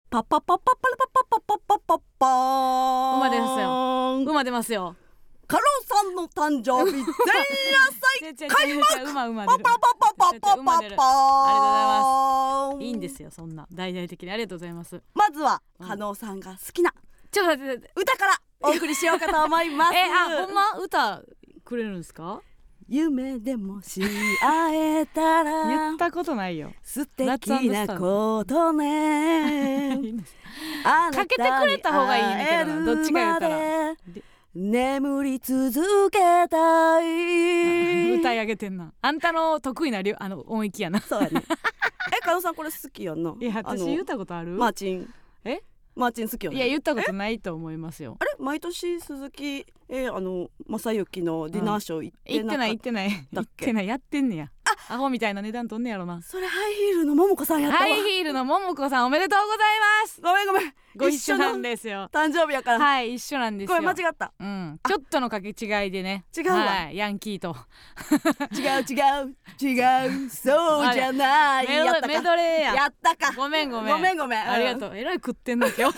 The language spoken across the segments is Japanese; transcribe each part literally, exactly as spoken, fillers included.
パパパパパパパパパパパパーン。 馬出ますよ。馬出ますよ。 カローさんの誕生日前夜祭開幕。 馬馬パパパパパパパパ馬出る。ありがとうございます。いいんですよ、そんな大々的に。ありがとうございます。 まずは加納さんが好きなちょっと待って、 歌からお送りしようかと思います。 え、あ、ほんま歌くれるんですか？ 夢でもし会えたら言ったことないよ。 素敵なことねあなたにかけてくれた方がいいねけどな、どっちか言ったら眠り続けたい。 歌い上げてんな。あんたの得意なあの音域やな。 そうやねえ、加納さんこれ好きやんな。 いや、私言ったことある？ マーチン。 えマーチン好きよね。 いや、言ったことないと思いますよ。 あれ、毎年鈴木えー、あの正幸のディナーショー行ってなかった、うん、 行ってない行ってない行ってない。やってんねや。アホみたいな値段とんねやろな。 それハイヒールのももこさんやったわ。 ハイヒールのももこさん、おめでとうございます。 ごめんごめん、 ご一緒なんですよ。 誕生日やから。 はい、一緒なんですよ。 これ間違った、 うん、ちょっとの掛け違いでね。 違うわ、 はい、ヤンキーと違う違う違うそうじゃないメやったかメドレーや。 やったか。 ごめんごめんごめんごめん、うん、 ありがとう。えらい食ってんの今日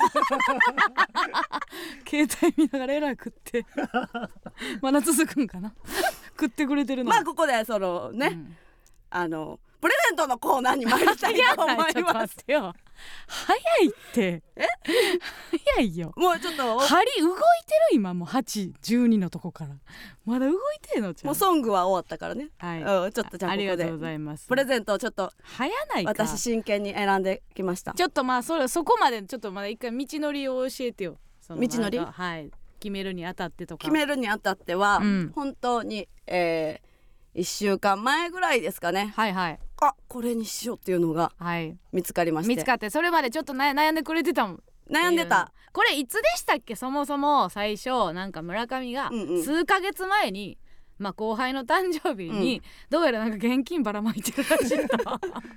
携帯見ながらえらい食ってまだ続くんかな食ってくれてるの。 まあここでそのね、うん、あのプレゼントのコーナーに参りたいと思います。 ちょっと待ってよ、早いって。え早いよ。 もうちょっと針動いてる今。もうはち、じゅうにのとこからまだ動いてんの。 もうソングは終わったからね、 はい、 うん、ちょっとじゃあここでありがとうございます。 プレゼントをちょっと早ないか。 私真剣に選んできました。 ちょっとまあそれそこまでちょっとまだ一回道のりを教えてよ。その道のり、 はい、決めるにあたってとか。 決めるにあたっては、うん、本当に、えー、いっしゅうかんまえぐらいですかね。 はいはい。 あ、これにしようっていうのが見つかりまして、 見つかって、それまでちょっと悩んでくれてたもん。 悩んでた。 これいつでしたっけ？そもそも最初なんか村上が数ヶ月前に、うんうん、まあ後輩の誕生日に、うん、どうやらなんか現金ばらまいてるらしいと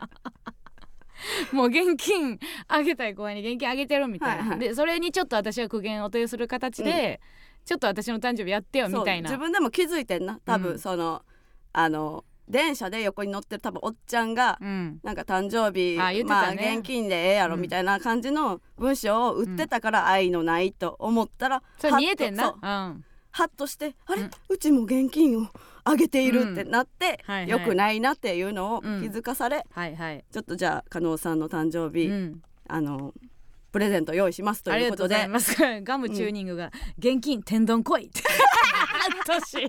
もう現金あげたい後輩に現金あげてるみたいな、はいはい、でそれにちょっと私は苦言を呈する形で、うん、ちょっと私の誕生日やってよみたいな。 自分でも気づいてんな多分、うん、そのあの電車で横に乗ってる多分おっちゃんが、うん、なんか誕生日あ、ね、まあ現金でええやろみたいな感じの文章を売ってたから、うん、愛のないと思ったら、 それ見えてんな。うん、 ハッとしてあれ、うん、うちも現金をあげているってなって、うん、はいはい、よくないなっていうのを気づかされ、うん、はいはい、ちょっとじゃあ加納さんの誕生日、うん、あのプレゼント用意しますということで。 ありがとうございますガムチューニングが、うん、現金天丼来いって年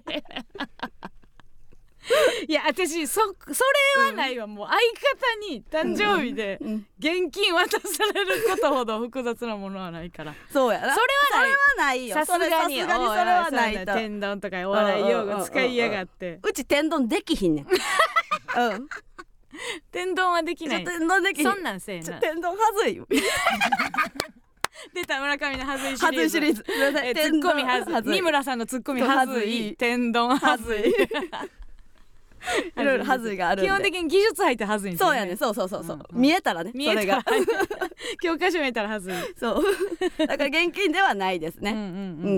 いや私 そ, それはないわ、うん、もう相方に誕生日で現金渡されることほど複雑なものはないから。 そうやな、 それはない、 それはないよ。 さすがにさすがにそれはないと。 天丼とかお笑い用語使いやがって。 うち天丼できひんねんうん天丼はできない。 天丼できひん。 そんなんせえな。 天丼はずいよ出た村上のはずいシリーズ。はずいシリーズ。 えツッコミはずい。三村さんのツッコミはずい。天丼はずい。 いろいろはずいがあるんで。 基本的に技術入ってはずいんですよね。 そうやね。そうそうそうそう、うんうん、見えたらね。 見えたら教科書見えたらはずい。 そうだから現金ではないですね。うんうんうん、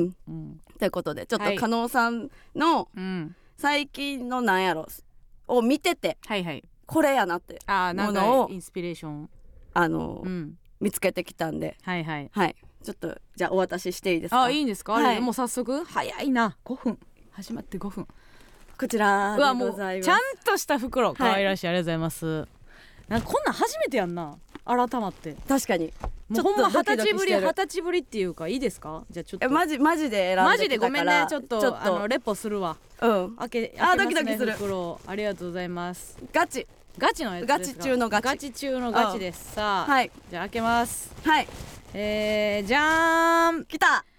うん、ということでちょっと加納さんの最近のなんやろを見てて、はいはい、これやなってものをインスピレーションあの、うん、見つけてきたんで、 はいはいはい、ちょっとじゃあお渡ししていいですか？ あ、いいんですか？はい、もう早速早いな。ごふん始まってごふん。 こちらでございます。 うわ、もうちゃんとした袋、可愛らしい、はい、ありがとうございます。なんかこんなん初めてやんな、改まって。 確かにもうほんま二十歳ぶり、二十歳ぶりっていうか、いいですか？じゃあちょっとマジマジで選んできたから、 マジでごめんね、ちょっと、ちょっとあのレポするわ。 うん開け、 あ、 開けますね、 ドキドキする袋。ありがとうございます。 ガチガチのやつですか？ ガチ中のガチ、 ガチ中のガチです。さあ、 はい、 じゃあ開けます。 はい、 えー、じゃーん、 きた。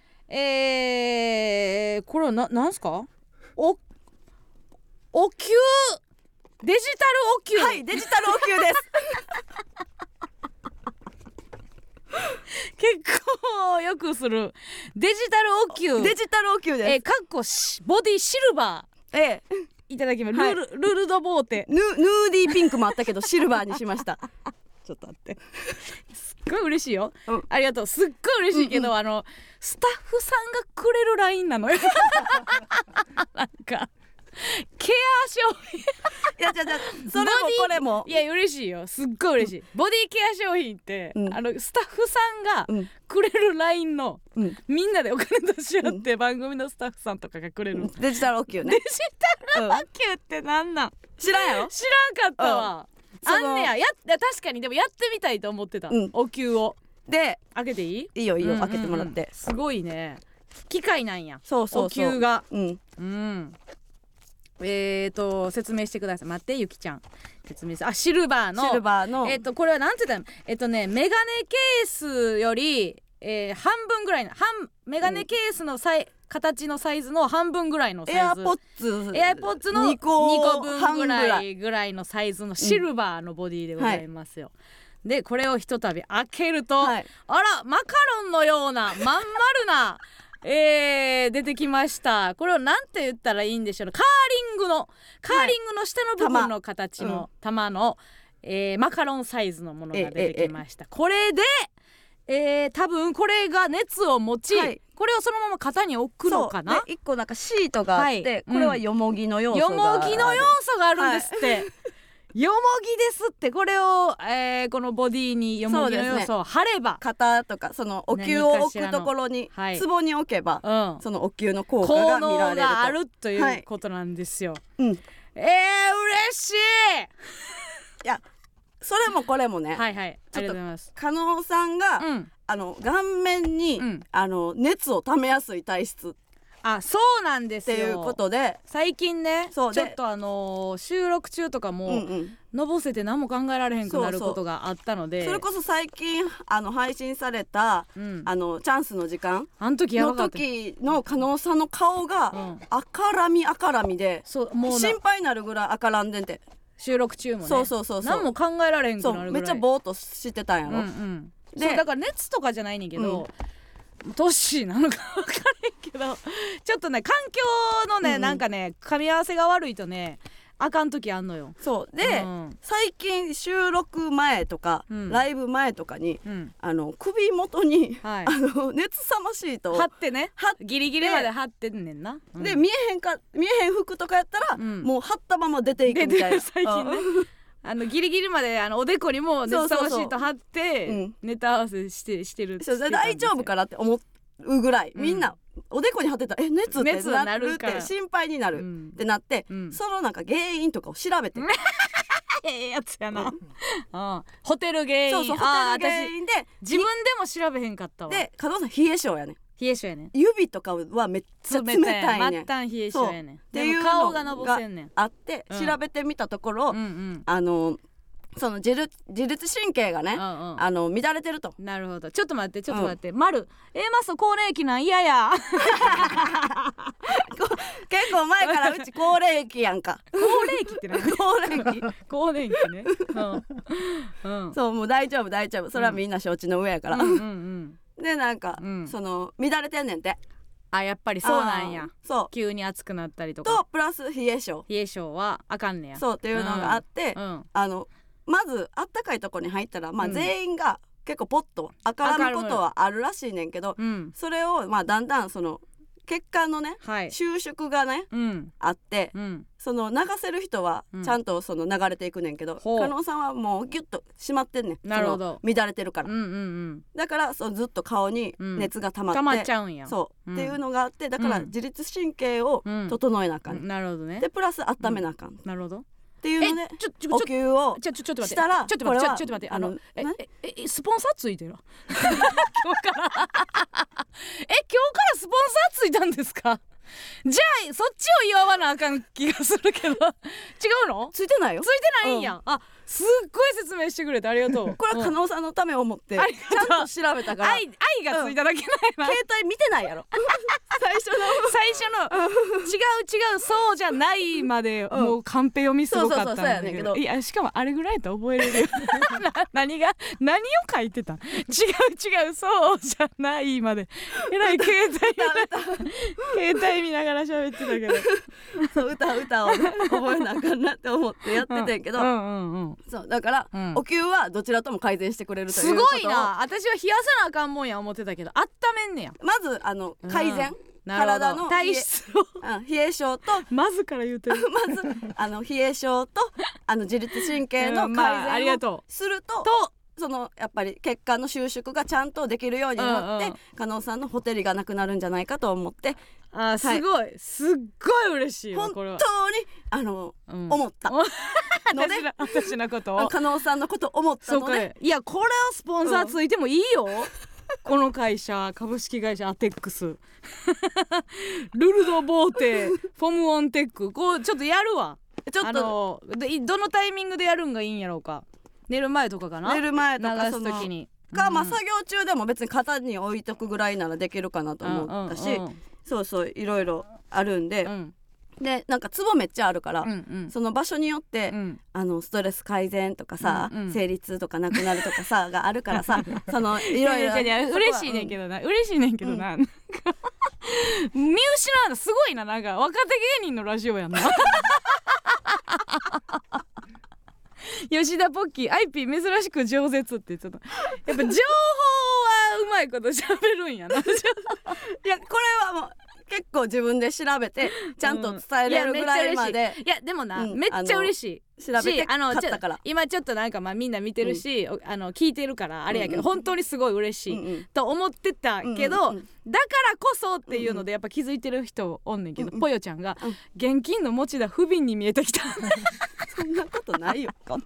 えー、これはな、なんすか？おおきゅう、デジタルおきゅう。 はい、デジタルおきゅうです結構よくするデジタルおきゅう。 デジタルおきゅうです。 えー、かっこボディシルバー、えー、いただきます、はい、ル, ル, ルルドボーテ。 ヌ, ヌーディーピンクもあったけどシルバーにしましたちょっと待って、 すっごい嬉しいよ、 うん、 ありがとう。すっごい嬉しいけど、うんうん、あのスタッフさんがくれるラインなのよなんかケア商品いやじゃじゃそれもこれもいや嬉しいよ、すっごい嬉しい、うん、ボディケア商品って、うん、あのスタッフさんがくれる ライン の、うん、みんなでお金出し合って、うん、番組のスタッフさんとかがくれる、うん、 デジタルお給ね。 デジタルお給ってなんなん、 知らんやろ。 知らんかったわ、うん、あんねや。や確かにでもやってみたいと思ってた、うん、お給をで開けていい？ いいよいいよ、うんうんうん、開けてもらって。 すごいね、機械なんや。 そうそうそう、 お給が、 うん、 うん、えーと説明してください。待って、ゆきちゃん説明する。あ、シルバーのシルバーのえっ、ー、とこれはなんて言ったの、えっ、ー、とねメガネケースより、えー、半分ぐらいの半メガネケースのサイ、うん、形のサイズの半分ぐらいのサイズ、 エアポッツエアポッツのにこぶんぐらいぐらいのサイズのシルバーのボディでございますよ、うん、はい、でこれをひとたび開けると、はい、あらマカロンのようなまん丸なえー、出てきました。これをなんて言ったらいいんでしょう。カーリングのカーリングの下の部分の形の玉の、うんえー、マカロンサイズのものが出てきました。これで、えー、多分これが熱を持ち、はい、これをそのまま型に置くのかな。 いっこなんかシートがあって、はい、これはよもぎの要素がある、 よもぎの要素があるんですって、はいよもぎですって。これを、えー、このボディによもぎの要素を貼れば、ね、 肩とかそのお灸を置くところに、はい、壺に置けば、うん、そのお灸の効果が見られると、効能があるということなんですよ、はい、うん、えー、嬉しいいやそれもこれもね、 はいはい、ありがとうございます。 加納さんが、うん、あの顔面に、うん、あの熱をためやすい体質あ、そうなんですよっていうことで、 最近ねちょっとあのー、収録中とかも、うんうん、のぼせて何も考えられへんくなることがあったので、 そ, それこそ最近あの配信された、うん、あのチャンスの時間あの時やばかったの時の加納さんの顔が、うん、赤らみ赤らみで、そうもう心配になるぐらい赤らんでんて、 収録中もね、 そうそうそうそう、 何も考えられへんくなるぐらい、そうめっちゃボーっとしてたんやろ、うんうん、 でそうだから熱とかじゃないねんけど、うんトッシーなのか分からへんけどちょっとね環境のね、うん、なんかね噛み合わせが悪いとねあかん時あんのよ。 そうで、うん、最近収録前とか、うん、ライブ前とかに、うん、あの首元に、はい、あの熱さまシートを貼ってねギリギリまで貼ってんねんな、 で見えへんか見えへん服とかやったら、もう貼ったまま出ていくみたいな最近ねあのギリギリまであのおでこにも熱さまシート貼ってネタ合わせしてしてるそう大丈夫かなって思うぐらい、うん、みんなおでこに貼ってたらえ熱ってなるって心配になるってなって、うん、そのなんか原因とかを調べてええやつやな、うん、ホテル原因、 そうそうホテル原因で自分でも調べへんかったわ。 で加藤さん冷え性やねん、 冷え性やねん、 指とかはめっちゃ冷たいねん、 末端冷え性やねんっていう顔がのぼせんねんあって、うん、調べてみたところ、うんうん、あのその自律、自律神経がね、うんうん、あの乱れてると。 なるほど、ちょっと待ってちょっと待って、うん、丸 A マスト高齢期なん嫌や結構前からうち高齢期やんか高齢期って何高齢期高齢期ね、 うんうん、そうもう大丈夫大丈夫、それはみんな承知の上やから、うんうんうんうん、でなんか、うん、その乱れてんねんて。 あやっぱりそうなんや。そう急に暑くなったりとかとプラス冷え性冷え性はあかんねや。 そうっていうのがあって、うんうん、あのまずあったかいとこに入ったら、まあ、全員が結構ポッと明るむことはあるらしいねんけど、うん、それをまあだんだんその血管のね、はい、収縮がね、うん、あって、うん、その流せる人はちゃんとその流れていくねんけど、うん、加納さんはもうギュッと締まってんねん。 なるほど、 乱れてるから、 うんうんうん、 だからそのずっと顔に熱が溜まって、 溜まっちゃうんやそう、うん、っていうのがあって、だから自律神経を整えなあかん、 うん、なるほどね。 でプラス温めなあかん、うん、 なるほどっていうのでお灸をしたら、 ちょっと待ってちょっと待ってあのえええスポンサーついてる今日からえ今日からスポンサーついたんですか。じゃあそっちを祝わなあかん気がするけど違うの？ ついてないよ。 ついてないんや、うん、あすっごい説明してくれてありがとう。 これは加納さんのためを思ってちゃんと調べたから愛, 愛がついただけないな、 うん、携帯見てないやろ最初の最初の違う違うそうじゃないまでもうカンペ読みすごかったんだけど、いやしかもあれぐらいと覚えれるよ何が何を書いてた違う違うそうじゃないまでえらい携帯携帯見ながら喋ってたけどそう歌歌を、ね、覚えなあかんなって思ってやっててんけど、うんうんうんうん、そうだから、うん、お灸はどちらとも改善してくれるということを。 すごいな。私は冷やさなあかんもんや思ってたけど温めんねや。 まずあの改善、うん体の体質を、 うん、冷え性とまずから言うてるまずあの冷え性とあの自律神経の改善をすると、うんまあ、とそのやっぱり血管の収縮がちゃんとできるようになって、うんうん、加納さんのほてりがなくなるんじゃないかと思って、 あーすごい、はい、すっごい嬉しいわこれは本当にあの、うん、思ったので私, 私のことを加納さんのこと思ったので、 いやこれはスポンサーついてもいいよ、うん、この会社株式会社アテックスルルドボーテフォムオンテックこうちょっとやるわちょっとあのどのタイミングでやるんがいいんやろうか。寝る前とかかな。 寝る前とか流す時にか、うん、まあ作業中でも別に肩に置いとくぐらいならできるかなと思ったし、うんうんうん、そうそういろいろあるんで、うん、でなんかツボめっちゃあるから、うんうん、その場所によって、うん、あのストレス改善とかさ、うんうん、生理痛とかなくなるとかさがあるからさそのいろいろ嬉しいねんけどな、うん、嬉しいねんけどな、うん、なんか見失うのすごいな、なんか若手芸人のラジオやんな吉田ポッキー アイピー 珍しく饒舌ってちょっとやっぱ情報はうまいこと喋るんやないやこれはもう結構自分で調べてちゃんと伝えれるぐらいまで、 うん、いやでもな、うん、めっちゃ嬉しい調べて買ったから今ちょっとなんかまあみんな見てるし、うん、あの聞いてるからあれやけど、うんうん、本当にすごい嬉しい、うんうん、と思ってたけど、うんうん、だからこそっていうのでやっぱ気づいてる人おんねんけど、うんうん、ぽよちゃんが、うん、現金の持田不憫に見えてきたそんなことないよこんな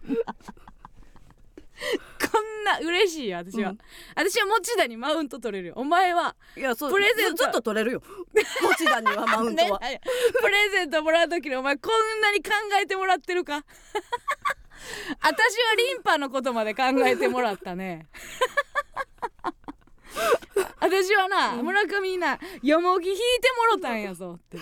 こんな嬉しいよ私は、うん、私は持田にマウント取れるよ。お前はいやそうプレゼントずっと取れるよ持田にはマウントは、 ね、プレゼントもらう時にお前こんなに考えてもらってるか私はリンパのことまで考えてもらったね私はな、うん、村上になよもぎ引いてもろたんやぞって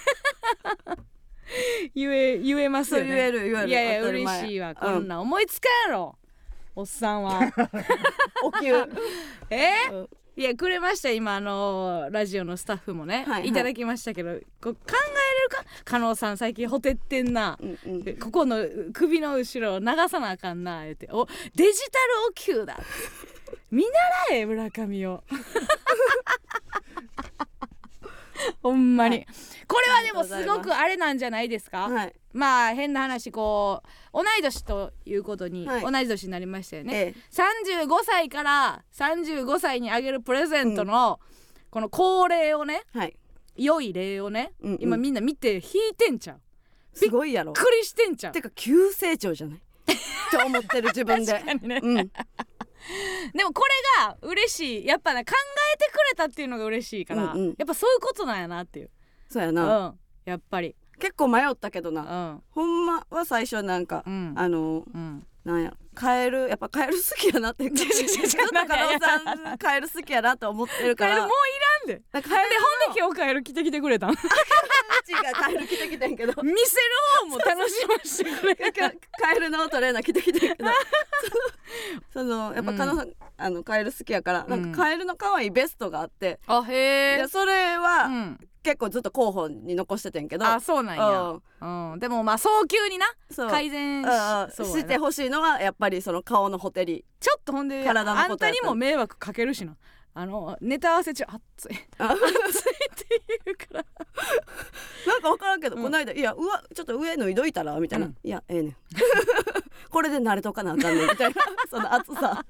言え言えますよね。 言える言える。 いやいや嬉しいわ、こんな思いつかんやろ、うん、おっさんはお給えーうん、いやくれました今あのー、ラジオのスタッフもね、はいはい、いただきましたけどこう考えれるか。加納さん最近ほてってんな、うんうん、ここの首の後ろを流さなあかんな言っておデジタルお給だ見習え村上をほんまに、はい、これはでもすごくあれなんじゃないですか、はい、まあ変な話こう同い年ということに、はい、同い年になりましたよね、ええ、さんじゅうごさいからさんじゅうごさいにあげるプレゼントの、うん、この恒例をね、はい、良い例をね、うんうん、今みんな見て引いてんちゃう。 すごいやろ。 びっくりしてんちゃう。 てか急成長じゃないって思ってる自分で確かにね、うんでもこれが嬉しい。やっぱね考えてくれたっていうのが嬉しいから、うんうん、やっぱそういうことなんやなっていう。 そうやな、 うん、やっぱり結構迷ったけどな、うん、ほんまは最初なんか、うん、あの、うん、なんやカエルやっぱカエル好きやなってちょっと加納さんカエル好きやなと思ってるからカエルもういらんでなんかカエルでほんで今日カエル着てきてくれたんうちがカエル着てきてんけど見せる方も楽しましてくれカエルのトレーナー着てきてんけどそのやっぱ加納さん、うん、あのカエル好きやからなんかカエルの可愛いベストがあって、 うん、あへえそれは、うん結構ずっと候補に残しててんけどあそうなんや、うんうん、でもまあ早急にな改善 し,、 うん、してほしいのはやっぱりその顔のほてりちょっとほんで体のことあんたにも迷惑かけるしなあのネタ合わせ中熱い熱いって言うからなんか分からんけど、うん、この間いやうわちょっと上脱いどいたらみたいな、うん、いやええねんこれで慣れとかなあかんねんみたいなその熱さ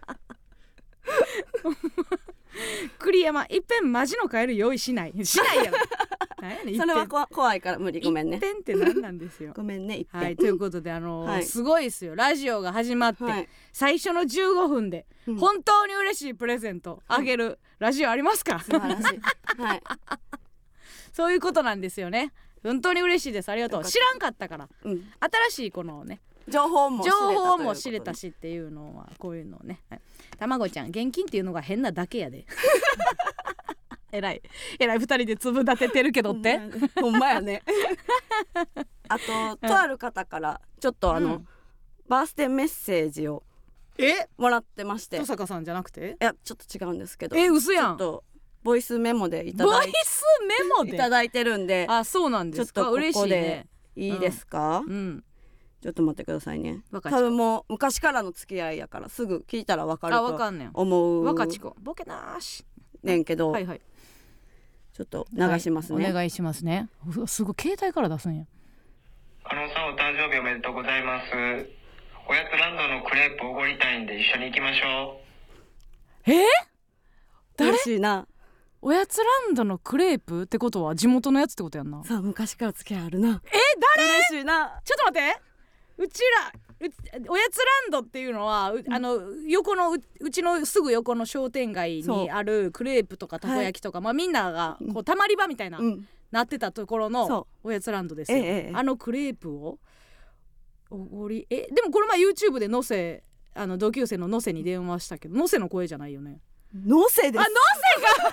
栗山いっぺんマジのカエル用意しないしないやろ何やねんそれはこ怖いから無理ごめんねいっぺんって何なんですよごめんねいっぺん、 はい、ということであのーはい、すごいですよラジオが始まって、はい、最初のじゅうごふんで、うん、本当に嬉しいプレゼントあげるラジオありますか、 うん、素晴らしい、はい、 そういうことなんですよね。本当に嬉しいです。ありがとう。知らんかったから、うん、新しいこのね情報も知れた情報も知れたしっていうのはこういうのをね、はい、たまごちゃん現金っていうのが変なだけやでえらいえらいふたりで粒立ててるけどってほんまやねあととある方からちょっとあの、うん、バースデーメッセージをえもらってまして登坂さんじゃなくていやちょっと違うんですけどえ嘘やんちょっとボイスメモでいただいボイスメモでいただいてるんであそうなんですか。 ちょっとここで嬉しいねいいですか、うん、うんちょっと待ってくださいね。多分もう昔からの付き合いやからすぐ聞いたら分かると思う。 若ちこボケなーしねんけど、 はいはい、 ちょっと流しますね、 はい、お願いしますね。すごい携帯から出すんや。 加納さんお誕生日おめでとうございます。おやつランドのクレープおごりたいんで一緒に行きましょう。えー、誰？ 嬉しいな。 おやつランドのクレープってことは地元のやつってことやんな。 さあ昔から付き合いあるな。 え誰？ 嬉しいな。 ちょっと待って、うちらうおやつランドっていうのは、うん、あの横の う, うちのすぐ横の商店街にあるクレープとかたこ焼きとか、はい、まあ、みんながこうたまり場みたいな、うん、なってたところのおやつランドですよ、ええ、あのクレープをおごりえでもこの前 YouTube でのせあの同級生ののせに電話したけど、のせの声じゃないよね。 のせです。 あ、のせが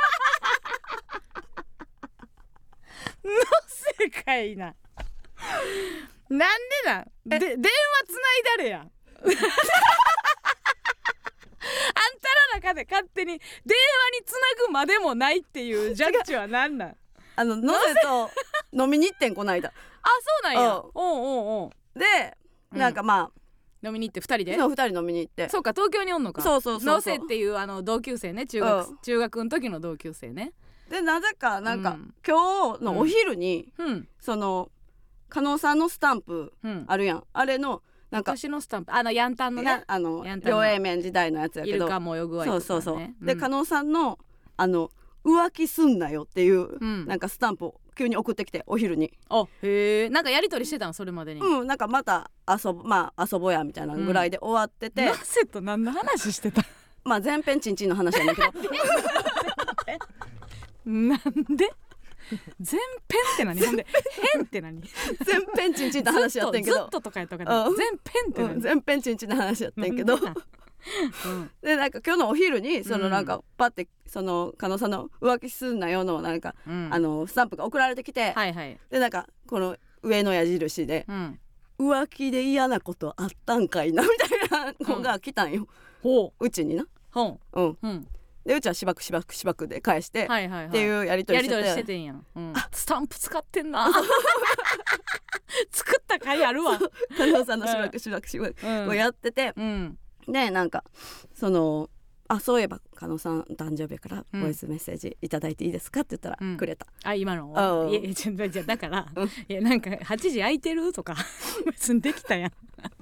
のせかいな。なんでなんで電話つないだれやんあんたら中で勝手に電話につなぐまでもないっていうジャッジは何なん？ あののせと飲みに行ってんこないだ。 あ、そうなんや。おうおうおう。 でなんかまあ、 うん、飲みに行ってふたりでそうふたり飲みに行って。 そうか、東京におんのか。 そうそうそうそう。 のせっていうあの同級生ね、中学、うん、中学の時の同級生ね。 でなぜかなんか、うん、今日のお昼に、うん、その加納さんのスタンプあるやん、うん、あれのなんか私のスタンプ、あのヤンタンのね、 あの両 A 面時代のやつやけど、 イルカも泳ぐわよとかね。 そうそうそう、うん、で加納さんのあの浮気すんなよっていう、うん、なんかスタンプを急に送ってきて、お昼に。 あ、へえ、なんかやり取りしてたのそれまでに。 うん、なんかまた遊ぼ、まあ、遊ぼやみたいなぐらいで終わってて、 うん、なぜと何の話してたまあ前編チンチンの話やねんけどなんで全編って何？ほんで編って何？ 全編チンチンの話やってんけど、 ずっととかやったから、ね、うん、全編って何？ うん、全編チンチンの話やってんけどうん、でなんか今日のお昼にそのなんかパッてその加納さんの浮気すんなよのなんか、うん、あのスタンプが送られてきて、 はいはい、 でなんかこの上の矢印で、うん、浮気で嫌なことあったんかいなみたいなのが来たんよ、うん、うちにな、 ほう、うんうん、 でうちはしばくしばくしばくで返して、はいはいはい、っていうやり取りしてて、 やり取りしててんやん、うん、あ、スタンプ使ってんな作った甲斐あるわ加納さんのしばくしばくしばくをやってて、うん、でなんかそのあ、そういえば加納さん誕生日からボイスメッセージいただいていいですかって言ったら、うん、くれた。 あ、今のいやちょじゃだから、うん、いやなんかはちじ空いてるとか別にできたやん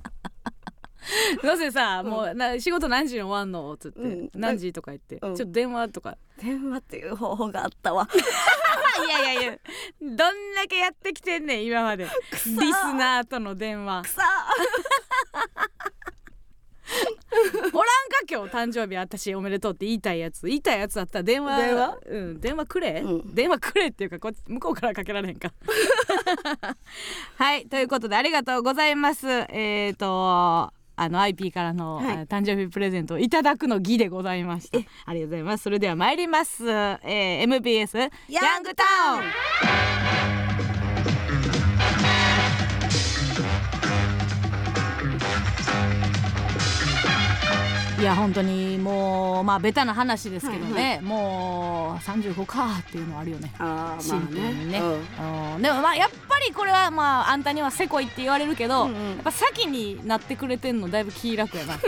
どうせさ、うん、もうな仕事何時に終わんのっつって、うん、何時とか言って、うん、ちょっと電話とか電話っていう方法があったわいやいやいや、どんだけやってきてんねん今までリスナーとの電話くさおらんか今日誕生日私おめでとうって言いたいやつ言いたいやつだったら電話電話、 うん、電話くれ、うん、電話くれっていうかこ向こうからかけられへんかはい、ということでありがとうございます。えーとあの アイピー からの、はい、誕生日プレゼントをいただくの儀でございました。ありがとうございます。それでは参ります、えー、エムビーエス ヤングタウン。いや本当にもうまあベタな話ですけどね、はいはい、もうさんじゅうごかっていうのはあるよね。 あ、 シンプルにね、 まあね、 うん、でもまあやっぱりこれはまああんたにはせこいって言われるけど、うんうん、やっぱ先になってくれてんのだいぶ気楽やな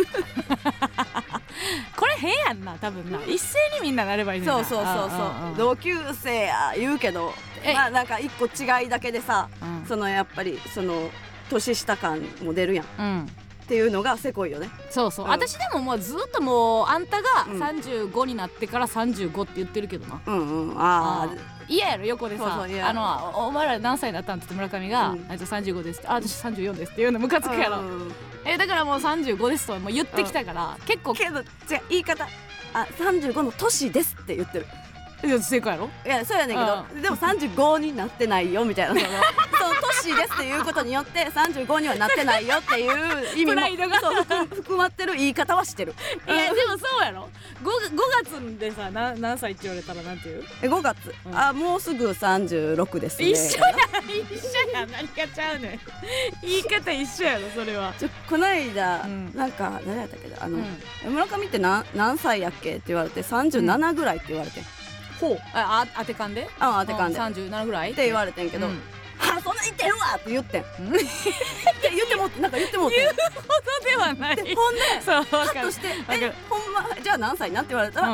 これ変やんな多分な、一斉にみんななればいいねんな。 そうそうそうそう、同級生や言うけどまあなんか一個違いだけでさ、うん、そのやっぱりその年下感も出るやん、うんっていうのがせこいよね。 そうそう、うん、私でももうずっともうあんたがさんじゅうごになってからさんじゅうごって言ってるけどな。 うんうん、ああ嫌やろ横でさ、そうそうあのお前ら何歳になったんって言って村上が、うん、あいつさんじゅうごですって、あ私さんじゅうよんですって言うのムカつくやろ、うん、えだからもうさんじゅうごですともう言ってきたから、うん、結構けど違う言い方あさんじゅうごの年ですって言ってる。 いや正解やろ。 いやそうやねんけど、うん、でもさんじゅうごになってないよみたいなそのその年ですっていうことによってさんじゅうごにはなってないよっていう意味もプライドがそう含まってる言い方はしてる。 いやでもそうやろ。 ご, ごがつでさな何歳って言われたらなんて言う？ えごがつ、うん、あもうすぐさんじゅうろくですね。 一緒や一緒や何かちゃうねん言い方一緒やろそれは。 ちょこないだ、うん、なんか誰やったっけあの、うん、村上って何何歳やっけって言われてさんじゅうななぐらいって言われて、 ほうあ当て勘であ当て勘でさんじゅうななぐらいって言われてんけど、うん、はあそんな言ってるわって言ってんって言ってもなんか言ってもって言うほどではない。 でほんでそうハッとしてえほんまじゃあ何歳なって言われたら、うん、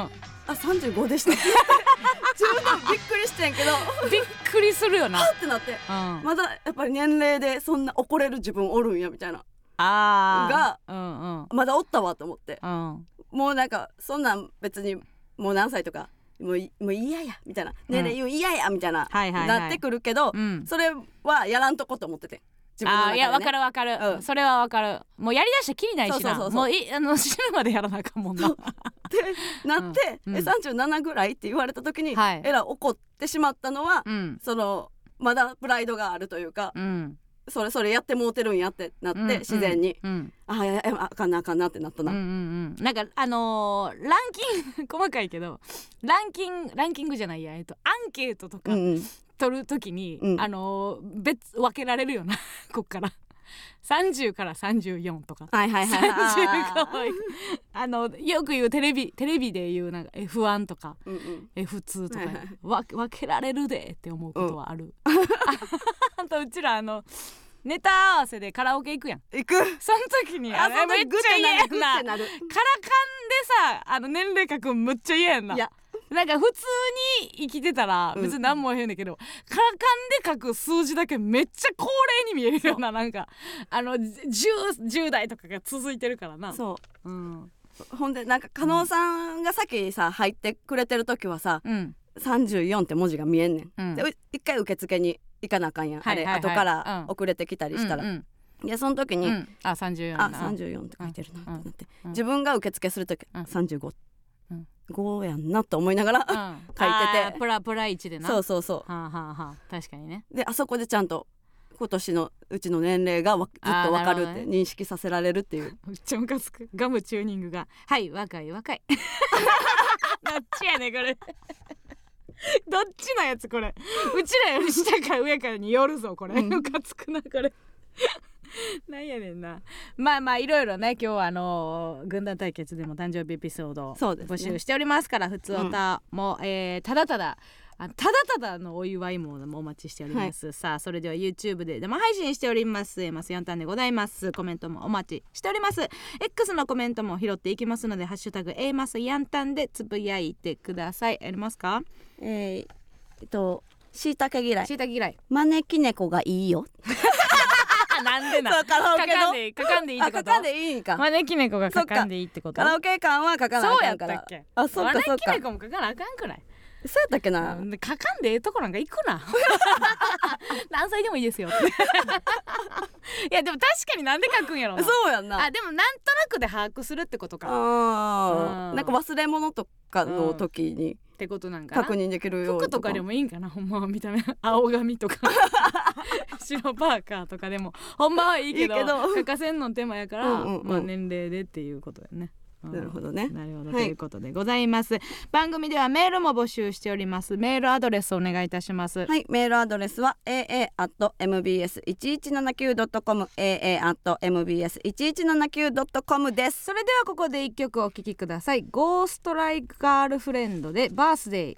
あさんじゅうごでした自分でびっくりしてんけどびっくりするよなはってなって、うん、まだやっぱり年齢でそんな怒れる自分おるんやみたいなあが、うんうん、まだおったわと思って、うん、もうなんかそんなん別にもう何歳とかもうもう嫌やみたいな年齢言う嫌やみたいな、はいはいはい、なってくるけど、うん、それはやらんとこと思ってて自分の中で、ね、 あいや分かる分かる、うん、それは分かるもうやりだしてきりないしなそうそうそうそうもういあの死ぬまでやらなあかんもんなってなって、うん、えさんじゅうななぐらいって言われた時に、はい、えら怒ってしまったのは、うん、そのまだプライドがあるというか、うん、それそれやってもうてるんやってなって、うん、自然に、うん、あやあかんなあかんなってなったな、うんうんうん、なんかあのー、ランキング細かいけどランキングランキングじゃないや、えっと、アンケートとか、うんうん取るときに、うん、あのー、別分けられるよなこっからさんじゅうからさんじゅうよんとか、はいはいはい、さんじゅうかわいいあのよく言うテレビテレビで言うなんか エフワン とか、うんうん、エフツー とか、はいはい、分けられるでって思うことはある、うん、あとうちらあのネタ合わせでカラオケ行くやん行くその時にあれめっちゃ嫌やんなカラカンでさあの年齢書くんむっちゃ嫌やんないやなんか普通に生きてたら別に何もへんねんけど、うん、カラカンで書く数字だけめっちゃ高齢に見えるようななんかあの 10, じゅう代とかが続いてるからなそう、うん、ほんでなんか加納さんが先さ入ってくれてる時はさ、うん、さんじゅうよんって文字が見えんねん、うん、で一回受付に行かなあかんやん、はいはいはい、あれ後から遅れてきたりしたら、うんうんうん、でその時に、うん、 あさんじゅうよんあさんじゅうよんって書いてるなってなって、うん、自分が受付する時、うん、さんじゅうごうんごやんなと思いながら、うん、書いててプラプラいちでなそうそうそう、 はあはあはあ、確かにねであそこでちゃんと今年のうちの年齢がずっと分かるって認識させられるっていう、 めっちゃムカつくガムチューニングがはい若い若いどっちやねこれどっちのやつこれうちらより下か上かによるぞこれムカつくなこれなんやねんなまあまあいろいろね今日はあのー、軍団対決でも誕生日エピソードを募集しておりますからふつおたも、うんえー、ただただあただただのお祝いもお待ちしております、はい、さあそれでは YouTube で生配信しておりますエマスヤンタンでございますコメントもお待ちしております X のコメントも拾っていきますのでハッシュタグエマスヤンタンでつぶやいてくださいやりますかえー、えっとしいたけ嫌いしいたけ嫌い招き猫がいいよなんでなそうカラオケのかかんでいいかかんでいいってことかかんでいいんか招き猫がかかんでいいってことカラオケ感は書かなあかんからそうやったっけあそうかそうか招き猫も書かなあかんくらいそうやったっけな、 うん、書かんでええとこなんか行くな何歳でもいいですよいやでも確かになんで書くんやろなそうやんなあでもなんとなくで把握するってことかあ、うん、なんか忘れ物とかの時に、うん、 ってことなんかな確認できるよう服とかでもいいんかなほんまは見た目青髪とか白パーカーとかでもほんまはいいけど、いいけど書かせんの手間やから、うんうんうん、まあ、年齢でっていうことだよねなるほどね。 なるほど、はい、ということでございます。番組ではメールも募集しております。メールアドレスお願いいたします。 はい、メールアドレスは エーエー アット エムビーエス いちいちななきゅう ドットコム エーエー アット エムビーエス いちいちななきゅう ドットコム です。 それではここで一曲お聴きください。ゴーストライクガールフレンドでバースデー。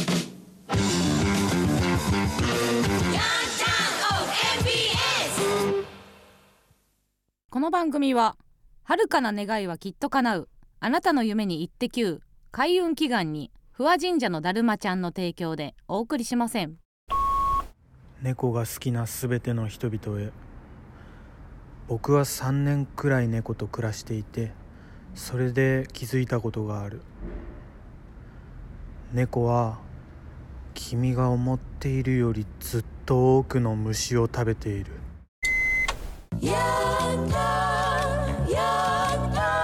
この番組は遥かな願いはきっと叶うあなたの夢にイッテ Q 開運祈願に不破神社のだるまちゃんの提供でお送りしません。 猫が好きなすべての人々へ。僕はさんねんくらい猫と暮らしていて、それで気づいたことがある。猫は君が思っているよりずっと多くの虫を食べている。やったやった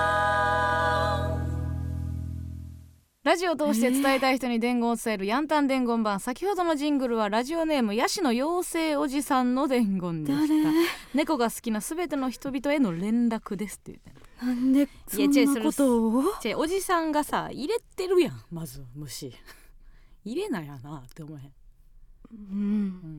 ラジオを通して伝えたい人に伝言を伝えるヤンタン伝言版。先ほどのジングルはラジオネームヤシの妖精おじさんの伝言でした。猫が好きなすべての人々への連絡ですって言って。 なんでそんなことを。 いやおじさんがさ入れてるやん。まず虫入れなやなって思えへん、 うんうん、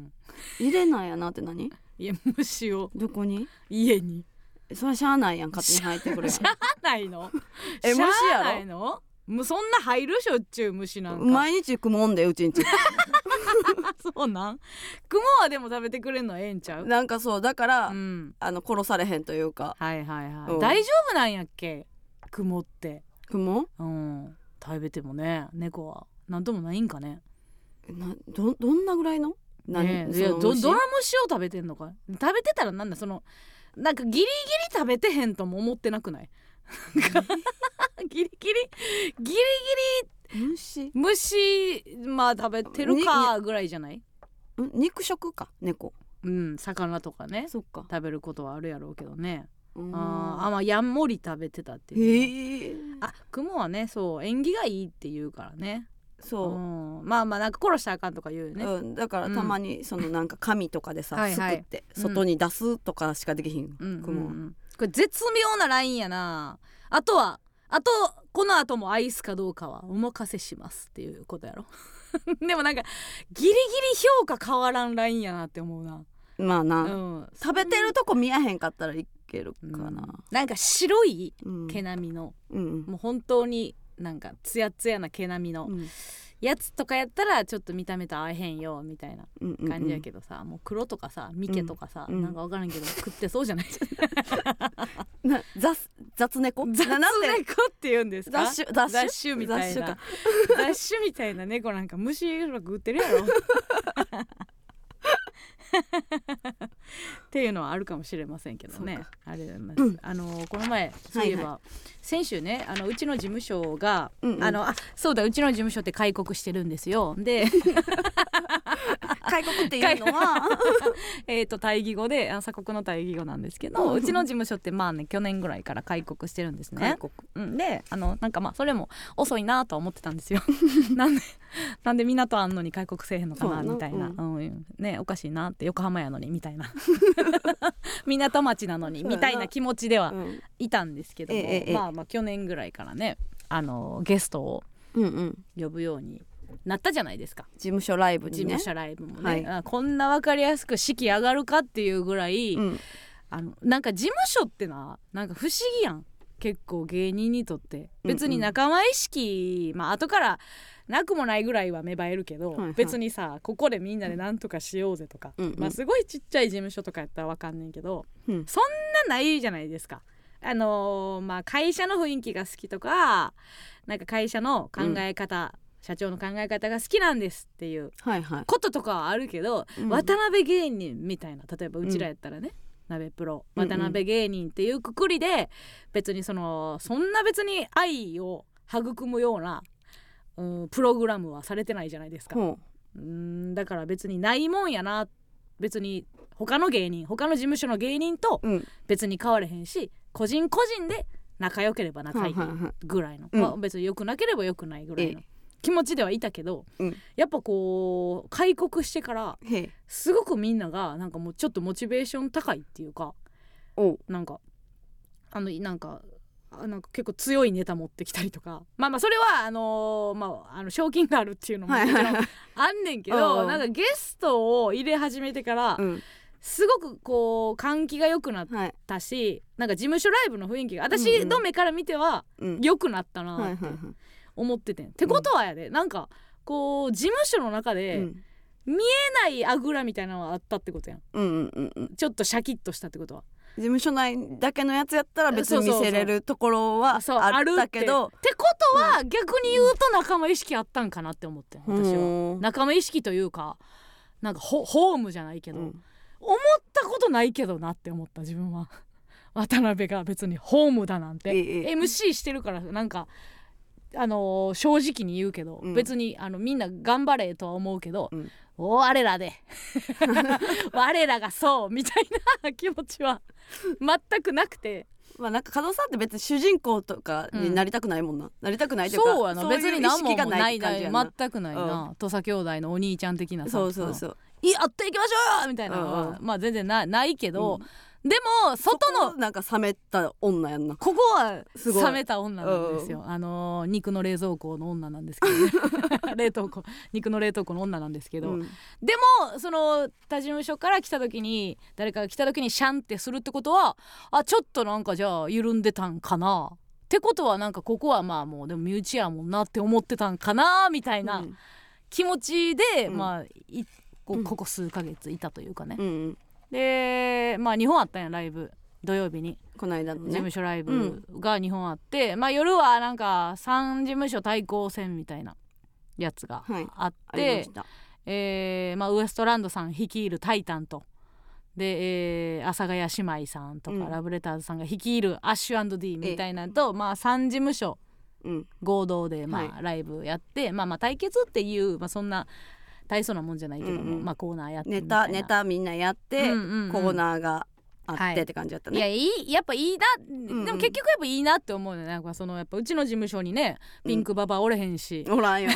入れなやなって何。 いや虫をどこに。 家に。 それはしゃあないやん勝手に入ってくるやん。 しゃあないの。 え虫やろ。しゃあないの。もうそんな入るしょっちゅう虫なんか毎日食もんでうちんちそうなんクモはでも食べてくれんのええんちゃう。 なんかそうだから、うん、あの殺されへんというかはいはいはい、うん、大丈夫なんやっけクモって。 クモ、 うん、 食べてもね猫はなんともないんかね。 な ど, どんなぐらいのねえいや ど, どの虫を食べてんのか。食べてたらなんだそのなんかギリギリ食べてへんとも思ってなくないギリギリギリギリ虫虫まあ食べてるかぐらいじゃない？ ん肉食か猫。 うん魚とかねそっか食べることはあるやろうけどね。 ああまあやんもり食べてたっていう。 へえ。 あ雲はねそう縁起がいいって言うからね。 そう、 うん、まあまあなんか殺したらあかんとか言うよね、 うん、だからたまにそのなんか紙とかでさ、うん、すくって外に出すとかしかできひん、うん、雲、うんうん、 これ絶妙なラインやな。あとはあとこの後も愛すかどうかはお任せしますっていうことやろでもなんかギリギリ評価変わらんラインやなって思うな。 まあな、うん、食べてるとこ見やへんかったらいけるかな、うん、 なんか白い毛並みの、うん、もう本当になんかツヤツヤな毛並みのやつとかやったらちょっと見た目と合えへんよみたいな感じやけどさ、うんうんうん、もう黒とかさミケとかさ、うん、なんか分からんけど食ってそうじゃないな 雑, 雑猫雑猫って言うんですか。 雑種雑種雑種みたいな雑種みたいな猫なんか虫食ってるやろっていうのはあるかもしれませんけどね。あれ、うん、あのこの前そういえば、はいはい、先週ねあのうちの事務所が、うんうん、あのあそうだうちの事務所って開国してるんですよ。で開国っていうのはえっと対義語で鎖国の対義語なんですけど、うちの事務所ってまあね去年ぐらいから開国してるんですね。開国、うん、であのなんかまあそれも遅いなとは思ってたんですよなんでなんで港あんのに開国せえへんのかなみたいな、うんうん、ねおかしいなって横浜やのにみたいな港町なのにみたいな気持ちではいたんですけども、うんええ、まあまあ去年ぐらいからねあのゲストを呼ぶようになったじゃないですか。 事務所ライブにね。 事務所ライブもね、はい、こんな分かりやすく式上がるかっていうぐらい、うん、あのなんか事務所ってななんか不思議やん結構芸人にとって。別に仲間意識、うんうん、まあ後からなくもないぐらいは芽生えるけど、はいはい、別にさここでみんなでなんとかしようぜとか、うんうん、まあすごいちっちゃい事務所とかやったら分かんねんけど、うん、そんなないじゃないですか。あのー、まあ会社の雰囲気が好きとかなんか会社の考え方、うん社長の考え方が好きなんですっていうこととかはあるけど、はいはい、渡辺芸人みたいな例えばうちらやったらね、うん、鍋プロ渡辺芸人っていうくくりで別にそのそんな別に愛を育むような、うん、プログラムはされてないじゃないですか、うん、うんだから別にないもんやな別に他の芸人他の事務所の芸人と別に変われへんし、うん、個人個人で仲良ければ仲いいぐらいの、うんまあ、別に良くなければ良くないぐらいの、え気持ちではいたけど、うん、やっぱこう開国してからすごくみんながなんかもうちょっとモチベーション高いっていうかなんかあのなんかなんか結構強いネタ持ってきたりとかまあまあそれはあのー、まああの賞金があるっていうのももちろんあんねんけどなんかゲストを入れ始めてから、うんすごくこう換気が良くなったし、はい、なんか事務所ライブの雰囲気が私の目から見ては良くなったなって思っててん、うん、ってことはやでなんかこう事務所の中で見えないあぐらみたいなのがあったってことやん、うんうんうん、ちょっとシャキッとしたってことは事務所内だけのやつやったら別に見せれるところはあったけどってことは逆に言うと仲間意識あったんかなって思って私は仲間意識というかなんか ホ, ホームじゃないけど、うん思ったことないけどなって思った自分は渡辺が別にホームだなんて、ええ、エムシー してるからなんかあのー、正直に言うけど、うん、別にあのみんな頑張れとは思うけど、うん、お我らで我らがそうみたいな気持ちは全くなくてまあなんか加藤さんって別に主人公とかになりたくないもんな、うん、なりたくないというかそうやな別に何もないない全くないな、うん、土佐兄弟のお兄ちゃん的なさそうそうそうやっていきましょうよみたいなのは、うん、まあ全然 な, ないけど、うん、でも外のなんか冷めた女やんなここは冷めた女なんですよ、うん、あのー、肉の冷蔵庫の女なんですけどね冷凍庫肉の冷凍庫の女なんですけど、うん、でもその他事務所から来た時に誰かが来た時にシャンってするってことはあちょっとなんかじゃあ緩んでたんかなってことはなんかここはまあもうでも身内やもんなって思ってたんかなみたいな気持ちで、うん、まあいこ, ここ数ヶ月いたというかね、うんうん、でまあにほんあったんやライブ土曜日にこの間のね事務所ライブがにほんあって、うん、まあ夜はなんかさん事務所対抗戦みたいなやつがあって、はい、ありました。えーまあ、ウエストランドさん率いるタイタンとで、えー、阿佐ヶ谷姉妹さんとか、うん、ラブレターズさんが率いるアッシュ&ディーみたいなのと、まあ、さん事務所合同で、まあはい、ライブやって、まあ、まあ対決っていう、まあ、そんな大層なもんじゃないけども、うんうんまあ、コーナーやってみたいなネタネタみんなやって、うんうんうん、コーナーがあってって感じだったね、 はい、いやいいやっぱいいな、うんうん、でも結局やっぱいいなって思うね。なんかそのやっぱうちの事務所にねピンクババアおれへんし、 うん、おらんよ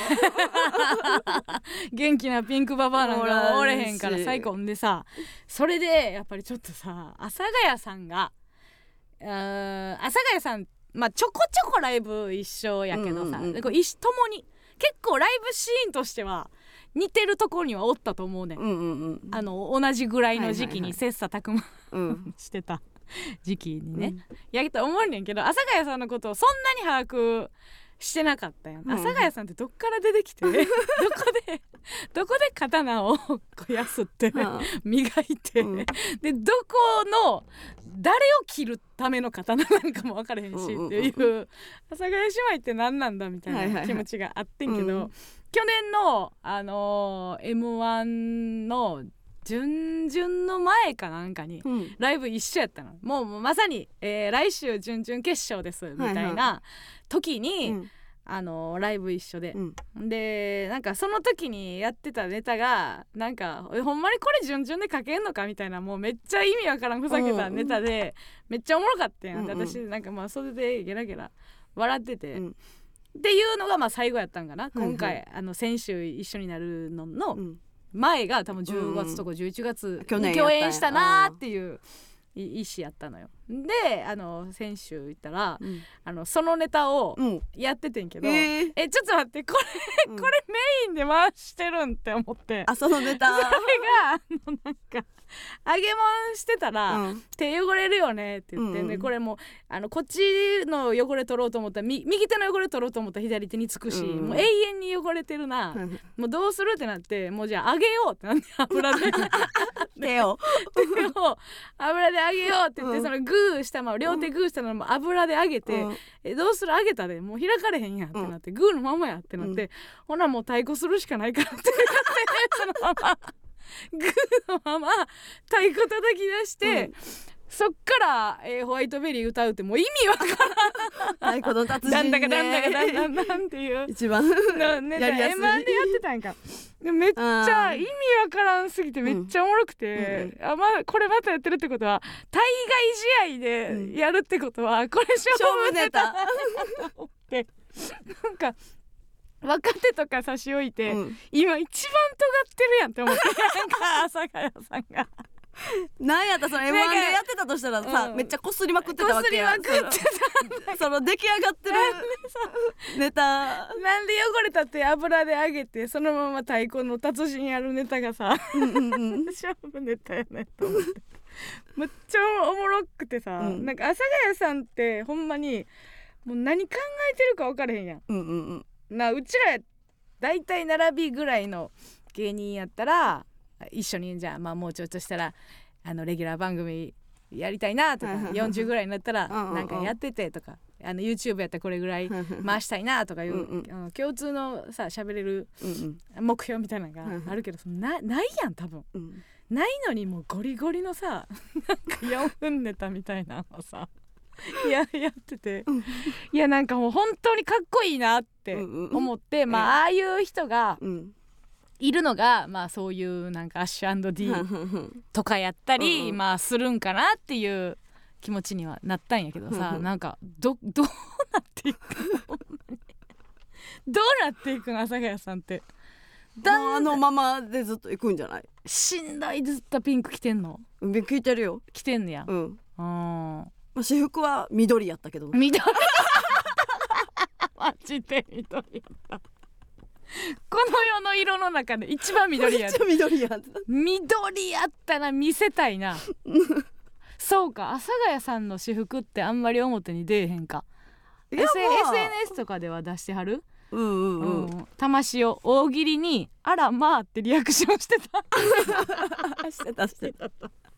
元気なピンクババアなんかおれへんから最高でさ、それでやっぱりちょっとさ阿佐ヶ谷さんが阿佐ヶ谷さんまあちょこちょこライブ一緒やけどさ、うんうんうん、こう一ともに結構ライブシーンとしては似てるところにはおったと思うね、うんうんうん、あの同じぐらいの時期に切磋琢磨、はいはいはい、してた時期にね、うん、やりたい思うねんけど阿佐ヶ谷さんのことをそんなに把握してなかったよ、うん、阿佐ヶ谷さんってどっから出てきてどこでどこで刀をこうやすって、うん、磨いて、うん、でどこの誰を切るための刀なんかも分からへんし、うん、っていう阿佐ヶ谷姉妹って何なんだみたいな気持ちがあってんけど、はいはいはい、去年の、あのー、エムワン の準々の前かなんかにライブ一緒やったの、うん、もう、もうまさに、えー、来週準々決勝ですみたいな時に、はいはい、あのー、ライブ一緒で、うん、でなんかその時にやってたネタがなんかほんまにこれ準々で書けんのかみたいなもうめっちゃ意味わからんふざけたネタで、うん、めっちゃおもろかったやん、うんうん、私なんかまあそれでゲラゲラ笑ってて、うん、っていうのがまあ最後やったんかな、今回、はいはい、あの先週一緒になるのの前が多分じゅうがつとかじゅういちがつに共演したなーっていう意思やったのよ。であの先週言ったら、うん、あのそのネタをやっててんけど、うん、えー、えちょっと待ってこれ、うん、これメインで回してるんって思って、 あそのネタそれがあのなんか揚げ物してたら、うん、手汚れるよねって言って、うんうん、でこれもあのこっちの汚れ取ろうと思ったら右手の汚れ取ろうと思ったら左手につくし、うん、もう永遠に汚れてるな、うん、もうどうするってなってもうじゃあ揚げようってなって油で手を手を油で揚げようって言って、うん、そのグーしたまま両手グーしたのも油で揚げて、うん、えどうする揚げたでもう開かれへんやってなって、うん、グーのままやってなって、うん、ほなもう太鼓するしかないからってそのままグーのまま太鼓叩き出して、うん、そっから、えー、ホワイトベリー歌うってもう意味わからん太鼓の達人ね、 だんだかだんだかだんだんだんっていう一番ねやりやすい エムワン でやってたんかでめっちゃ意味わからんすぎてめっちゃおもろくて、うん、あ、まあ、これまたやってるってことは対外試合でやるってことは、うん、これ勝負ネタってなんか若手とか差し置いて、うん、今一番尖ってるやんって思ってなんか阿佐ヶ谷さんがなんやったその エムワン でやってたとしたらさ、うん、めっちゃこすりまくってたわけや。 こすりまくってたその出来上がってるネタなんで汚れたって油で揚げてそのまま太鼓の達人やるネタがさうんうん、うん、勝負ネタやねと思ってめっちゃおもろくてさ、うん、なんか阿佐ヶ谷さんってほんまにもう何考えてるか分からへんやん、うんうんうん、なうちらだいたい並びぐらいの芸人やったら一緒にじゃあ、まあ、もうちょっとしたらあのレギュラー番組やりたいなとかよんじゅうぐらいになったらなんかやっててとかあの YouTube やったらこれぐらい回したいなとかいううん、あの共通のさ喋れる目標みたいなのがあるけどその な, ないやん多分、うん、ないのにもうゴリゴリのさなんかよんぷんネタみたいなのをさや, やってていやなんかもう本当にかっこいいなって思って、うんうん、まあああいう人が、うんいるのがまあそういうなんかアッシュ&ディーとかやったりまあするんかなっていう気持ちにはなったんやけどさなんかどどうなっていくのどうなっていくの阿佐ヶ谷さんってだあのままでずっと行くんじゃないしんどいずっとピンク着てんのピンク着てるよ着てんのやうん、 あまあ、私服は緑やったけど緑マジで緑やったこの世の色の中で一番緑やった緑やった緑やったら見せたいなそうか阿佐ヶ谷さんの私服ってあんまり表に出えへんか エスエヌエス とかでは出してはるうんうんうん、うん、魂を大喜利にあらまあってリアクションしてたしてたしてた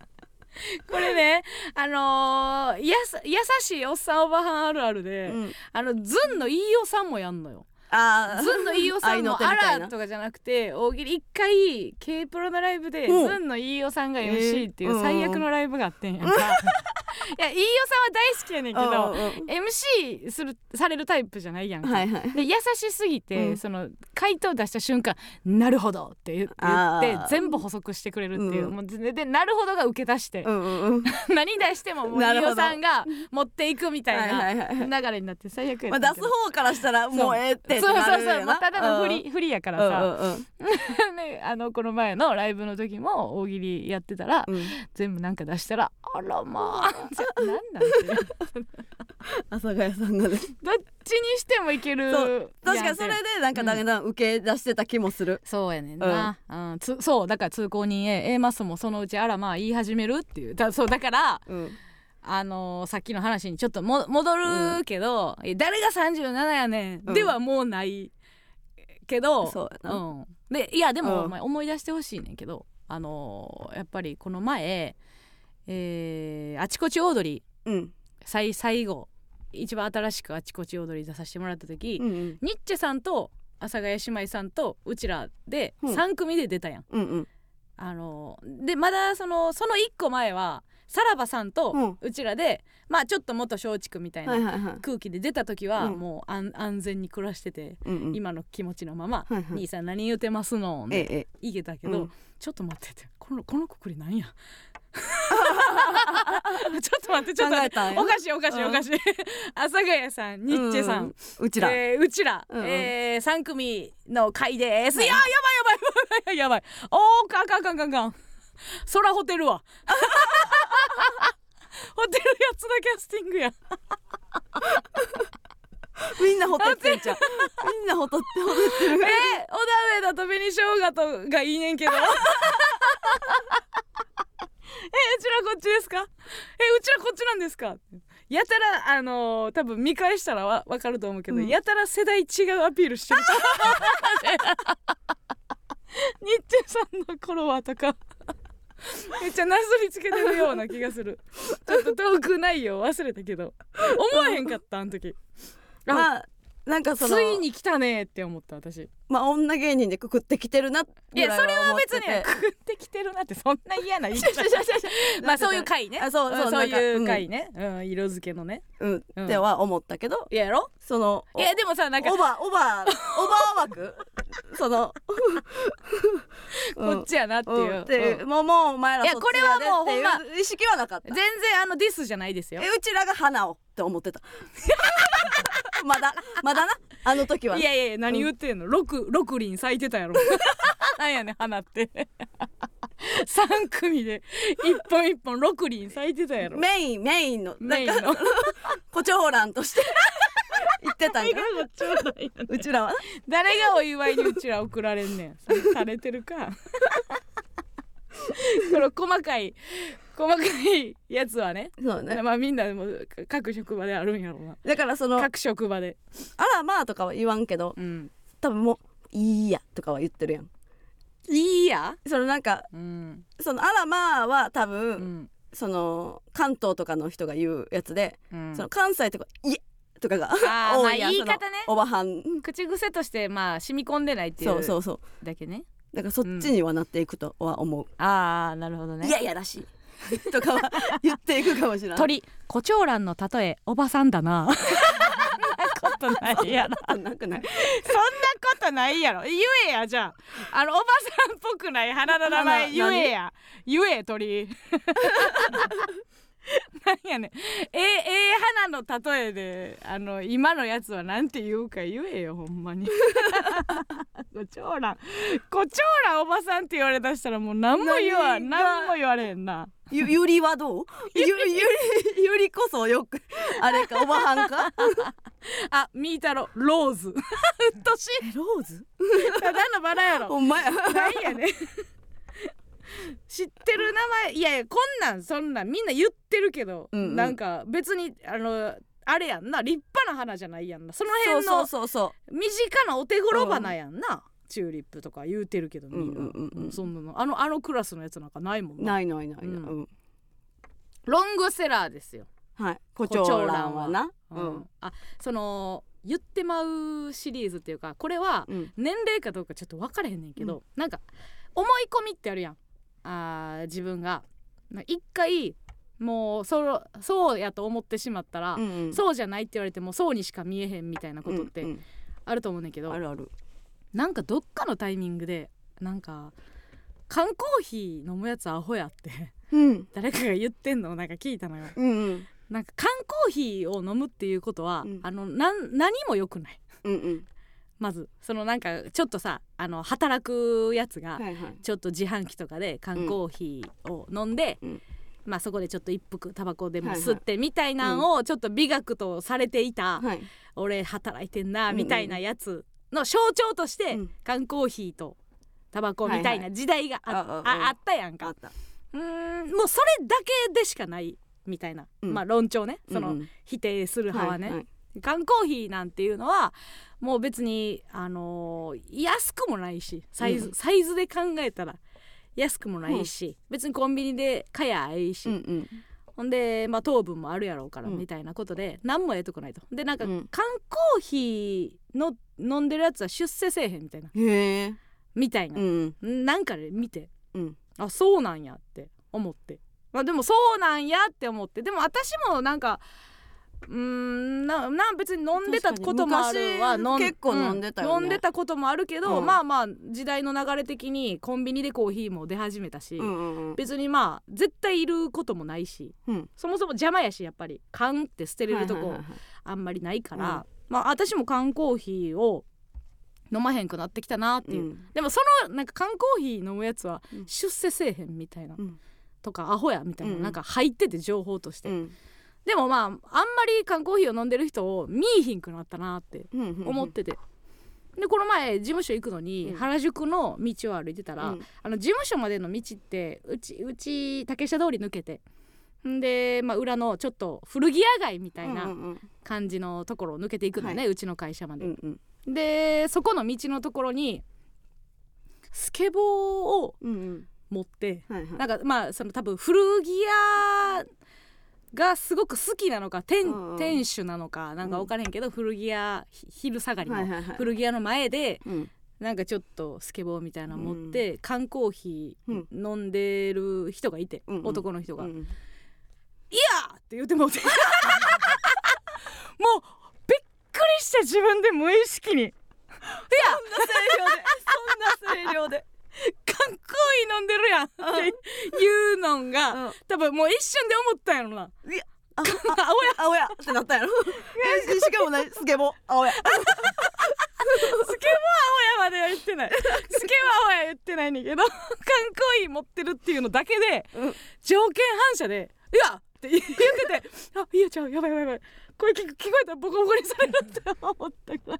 これねあのー、やさ優しいおっさんおばはんあるあるで、うん、あのずんの飯尾さんもやんのよ。 あずんの飯尾さんもあらとかじゃなくて大喜利一回 K プロのライブでずんの飯尾さんが エムシー っていう最悪のライブがあってんやんか、うんうん、いや飯尾さんは大好きやねんけど、うんうん、エムシー するされるタイプじゃないやんか、はいはい、で優しすぎて、うん、その回答出した瞬間なるほどって言って全部補足してくれるっていう、うん、もうで, でなるほどが受け出して、うんうん、何出してももう飯尾さんが持っていくみたいな流れになって最悪やったんだけど、 まあ、出す方からしたらもうええってそうそうそう、まあ、ただのフリ、うん、フリやからさ、うんうんね、あのこの前のライブの時も大喜利やってたら、うん、全部なんか出したらあらまあなんなんて阿佐ヶ谷さんがねどっちにしてもいける。 そう確かにそれでなんかだんだん受け出してた気もする、 うん、そうやねんな、うんうん、つそうだから通行人 A, A マスもそのうちあらまあ言い始めるっていうだそうだから、うんあのー、さっきの話にちょっとも戻るけど、うん、誰がさんじゅうななやねん、うん、ではもうないけどそうやな、 うん、でいやでも、うん、思い出してほしいねんけど、あのー、やっぱりこの前、えー、あちこちオードリー、うん、最, 最後一番新しくあちこちオードリー出させてもらった時、うんうん、ニッチェさんと阿佐ヶ谷姉妹さんとうちらでさん組で出たやん、うんうん、あのー、でまだそのそのいっこまえはさらばさんとうちらで、うん、まあちょっと元松竹みたいな空気で出た時はもう安, 安全に暮らしてて、うんうん、今の気持ちのまま、はいはい、兄さん何言うてますので、ええ、いけたけど、うん、ちょっと待っててこのこのくくりなんやちょっと待ってちょっと待っておかしいおかしいおかしい阿佐ヶ谷さんニッチェさん、うん、 うちら、 えー、うちら、うんうんえー、さん組の会です、はい、いややばいやばいやばいやばいおーかんかんかんかんかん空ホテルはホテルやつだキャスティングやみんなホテってんじゃんみんなホテってホテってるえー、小田上田と紅生姜とがいいねんけどえうちらこっちですかえうちらこっちなんですかやたらあのー、多分見返したらわ分かると思うけど、うん、やたら世代違うアピールしてるニッチェさんの頃はとかめっちゃなすりつけてるような気がするちょっと遠くないよ忘れたけど思わへんかったあの時あ、まあ、なんかそのついに来たねって思った私。 まあ女芸人でくくってきてるなっていやそれは別にくくってきてるなってそんな嫌な言い方まあそういう回ねあそうそう、うん、そういう回ね、うんうん、色付けのね、 うん、っては思ったけどいややろそのいやでもさなんかオバオバオバ枠そのこっちやなっていう、 うんでうん、もうもうお前らそっちやでっていう意識はなかった。 全然あのディスじゃないですよ。 えうちらが花をって思ってたまだまだなあの時は、ね、 いやいや何言ってんの、うん、六六輪咲いてたやろなんやねん花ってさん組で一本一本六輪咲いてたやろ。 メインメインのメインの胡蝶蘭として言ってたんかうちらは誰がお祝いにうちら送られんねんされてるかこの細かい細かいやつはね、 そうね、 まあみんなも各職場であるんやろうな。 だからその各職場であらまあとかは言わんけど、うん、多分もういいやとかは言ってるやん。 いいやそのなんか、うん、そのあらまあは多分、うん、その関東とかの人が言うやつで、うん、その関西とかいやとかが多いやん、 まあ、言い方ね、 おばはん口癖としてまあ染み込んでないっていうそうそうそうだけね。 だからそっちにはなっていくとは思う、うん、 ああなるほどね。 いやいやらしいとかは言っていくかもしれない。 鳥胡蝶蘭の例えおばさんだなそんなことないやろそんなことないそんなことないやろ言えやじゃああのおばさんっぽくない花の名前言えや言え鳥なんやねんえええ花の例えであの今のやつはなんて言うか言えよほんまに胡蝶蘭胡蝶蘭おばさんって言われだしたらもう何も言わ何も言われへんな。 ゆ, ゆりはどうゆ, ゆ, りゆりこそよくあれかおばはんかあみーたろローズうっとしいローズただのバラやろほんまやなんやね知ってる名前いやいやこんなんそんなんみんな言ってるけど、うんうん、なんか別にあのあれやんな立派な花じゃないやんなその辺の身近なお手頃花やんな、うん、チューリップとか言うてるけどみんな、うんうんうんうん、そんなのあのあのクラスのやつなんかないもんな。 ないないない、うんうん、 ロングセラーですよ。 はい、胡蝶蘭はな、 うん、あその言ってまうシリーズっていうかこれは年齢かどうかちょっと分からへんねんけど、うん、なんか思い込みってあるやん。あ自分が一回もう そ, そうやと思ってしまったら、うんうん、そうじゃないって言われてもそうにしか見えへんみたいなことってあると思うねんけど、 うんうん、あるある。 なんかどっかのタイミングでなんか缶コーヒー飲むやつアホやって、うん、誰かが言ってんのをなんか聞いたのよ、うんうん、なんか缶コーヒーを飲むっていうことは、うん、あのな何も良くない、うんうん、まずそのなんかちょっとさあの働くやつがちょっと自販機とかで缶コーヒーを飲んで、うん、まあそこでちょっと一服タバコでも吸ってみたいなのをちょっと美学とされていた、はい、俺働いてんなみたいなやつの象徴として缶コーヒーとタバコみたいな時代が あ,、はいはい、あ, あ, あったやんか。あったうーんもうそれだけでしかないみたいな、うん、まあ論調ねその、うんうん、否定する派はね、はいはい、缶コーヒーなんていうのはもう別に、あのー、安くもないしサイズ、うん、サイズで考えたら安くもないし、うん、別にコンビニで買やあいいし、うんうん、ほんで、まあ、糖分もあるやろうからみたいなことで、うん、何もええとこないと。でなんか、うん、缶コーヒーの飲んでるやつは出世せえへんみたいなへーみたいな、うん、なんかで見て、うん、あそうなんやって思って、まあ、でもそうなんやって思って、でも私もなんかうーん な, な別に飲んでたこともあるわ結構飲んでたよね、 うん、飲んでたこともあるけど、うん、まあまあ時代の流れ的にコンビニでコーヒーも出始めたし、うんうんうん、別にまあ絶対いることもないし、うん、そもそも邪魔やしやっぱり缶って捨てれるとこあんまりないから、はいはいはい、まあ私も缶コーヒーを飲まへんくなってきたなっていう、うん、でもそのなんか缶コーヒー飲むやつは出世せえへんみたいな、うん、とかアホやみたいな、うん、なんか入ってて情報として、うん、でもまああんまり缶コーヒーを飲んでる人を見いひんくなったなって思ってて、でこの前事務所行くのに原宿の道を歩いてたら、うん、あの事務所までの道ってうちうち竹下通り抜けてんで、まあ、裏のちょっと古着屋街みたいな感じのところを抜けていくのね、はい、うちの会社まで、うんうんでそこの道のところにスケボーを持って、うんうんはいはい、なんかまあその多分古着屋がすごく好きなのか 店,、うんうん、店主なのかなんか分からへんけど、うん、古着屋昼下がりの古着屋の前で、はいはいはい、なんかちょっとスケボーみたいなの持って、うん、缶コーヒー飲んでる人がいて、うんうん、男の人が、うんうん、いやーって言ってもうてもうびっくりして自分で無意識にいやそんな声量でそんな声量で缶コーヒー飲んでるやんっていうのが、うん、多分もう一瞬で思ったんやろな。いやあ青や青やってなったんやろしかもねスケボー青やスケボー青やまでは言ってないスケボー青や言ってないねんけど缶コーヒー持ってるっていうのだけで、うん、条件反射でいやって言っててあいやちゃうやばいやばいやばいこれ聞こえたらボコボコにされるって思ったぐらい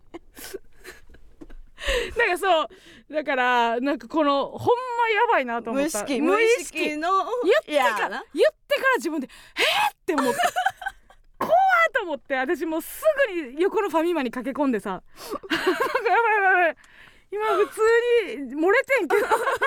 なんかそうだからなんかこのほんまやばいなと思った無意識無意識の言ってから言ってから自分でえーって思って怖いと思って私もうすぐに横のファミマに駆け込んでさなんかやばいやばいやばい今普通に漏れてんけどほん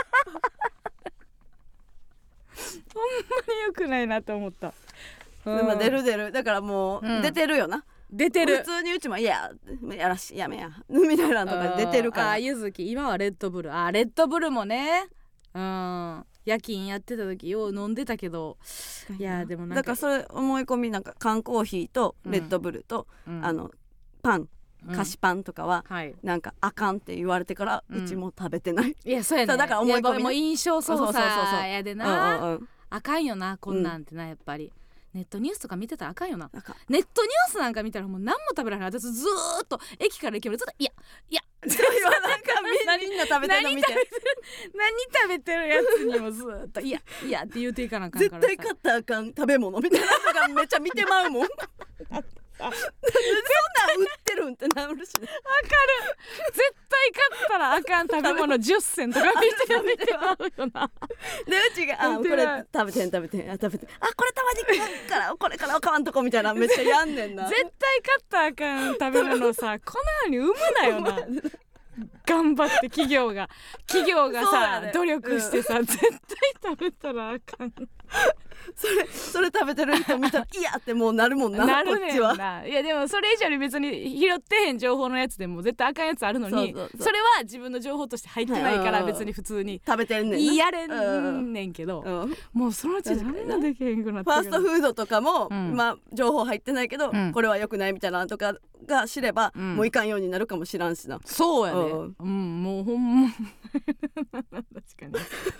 まに良くないなと思った。 でも出る出るだからもう出てるよな、うん、 出てる普通にうちもいややらしやめやみたいなのとか出てるからあゆずき今はレッドブルあレッドブルもねうん夜勤やってた時よう飲んでたけどいやでもなんかだからそれ思い込みなんか缶コーヒーとレッドブルと、うん、あのパン菓子パンとかは、うんはい、なんかあかんって言われてから、うん、うちも食べてないいやそうやねだから思い込みもう印象操作やでな、うんうんうん、あかんよなこんなんってなやっぱりネットニュースとか見てたらあかんよな。ネットニュースなんか見たらもう何も食べられない。私ずーっと駅から駅までずっといやいやなんかみんな食べてるの見て何食べてるやつにもずーっといやいやって言うていかなあかんから絶対買ったらあかん食べ物みたいなのがめっちゃ見てまうもんそんなん売ってるんってなるし、ね、 わかる絶対買ったらあかん食べ物じゅっせんとか見て見てまうよなでうちがあこれ食べてん食べてんあ食べてんあこれたまに買うからこれから買わんとこみたいなめっちゃやんねんな絶対買ったらあかん食べ物さこのように産むなよな頑張って企業が企業がさ、ね、努力してさ、うん、絶対食べたらあかんそれそれ食べてる人見たらいやってもうなるもんな。 なるねんこっちはな。いやでもそれ以上に別に拾ってへん情報のやつでも絶対あかんやつあるのに、 そうそうそうそれは自分の情報として入ってないから別に普通に食べてんねんな。 やれんねんけど、 うん、 もうそのうち誰もできへんくなってファーストフードとかも、 うん、 まあ情報入ってないけど、うん、これは良くないみたいなのとかが知れば、うん、もういかんようになるかもしらんしな。 そうやね、うん、うん、もうほんま確かに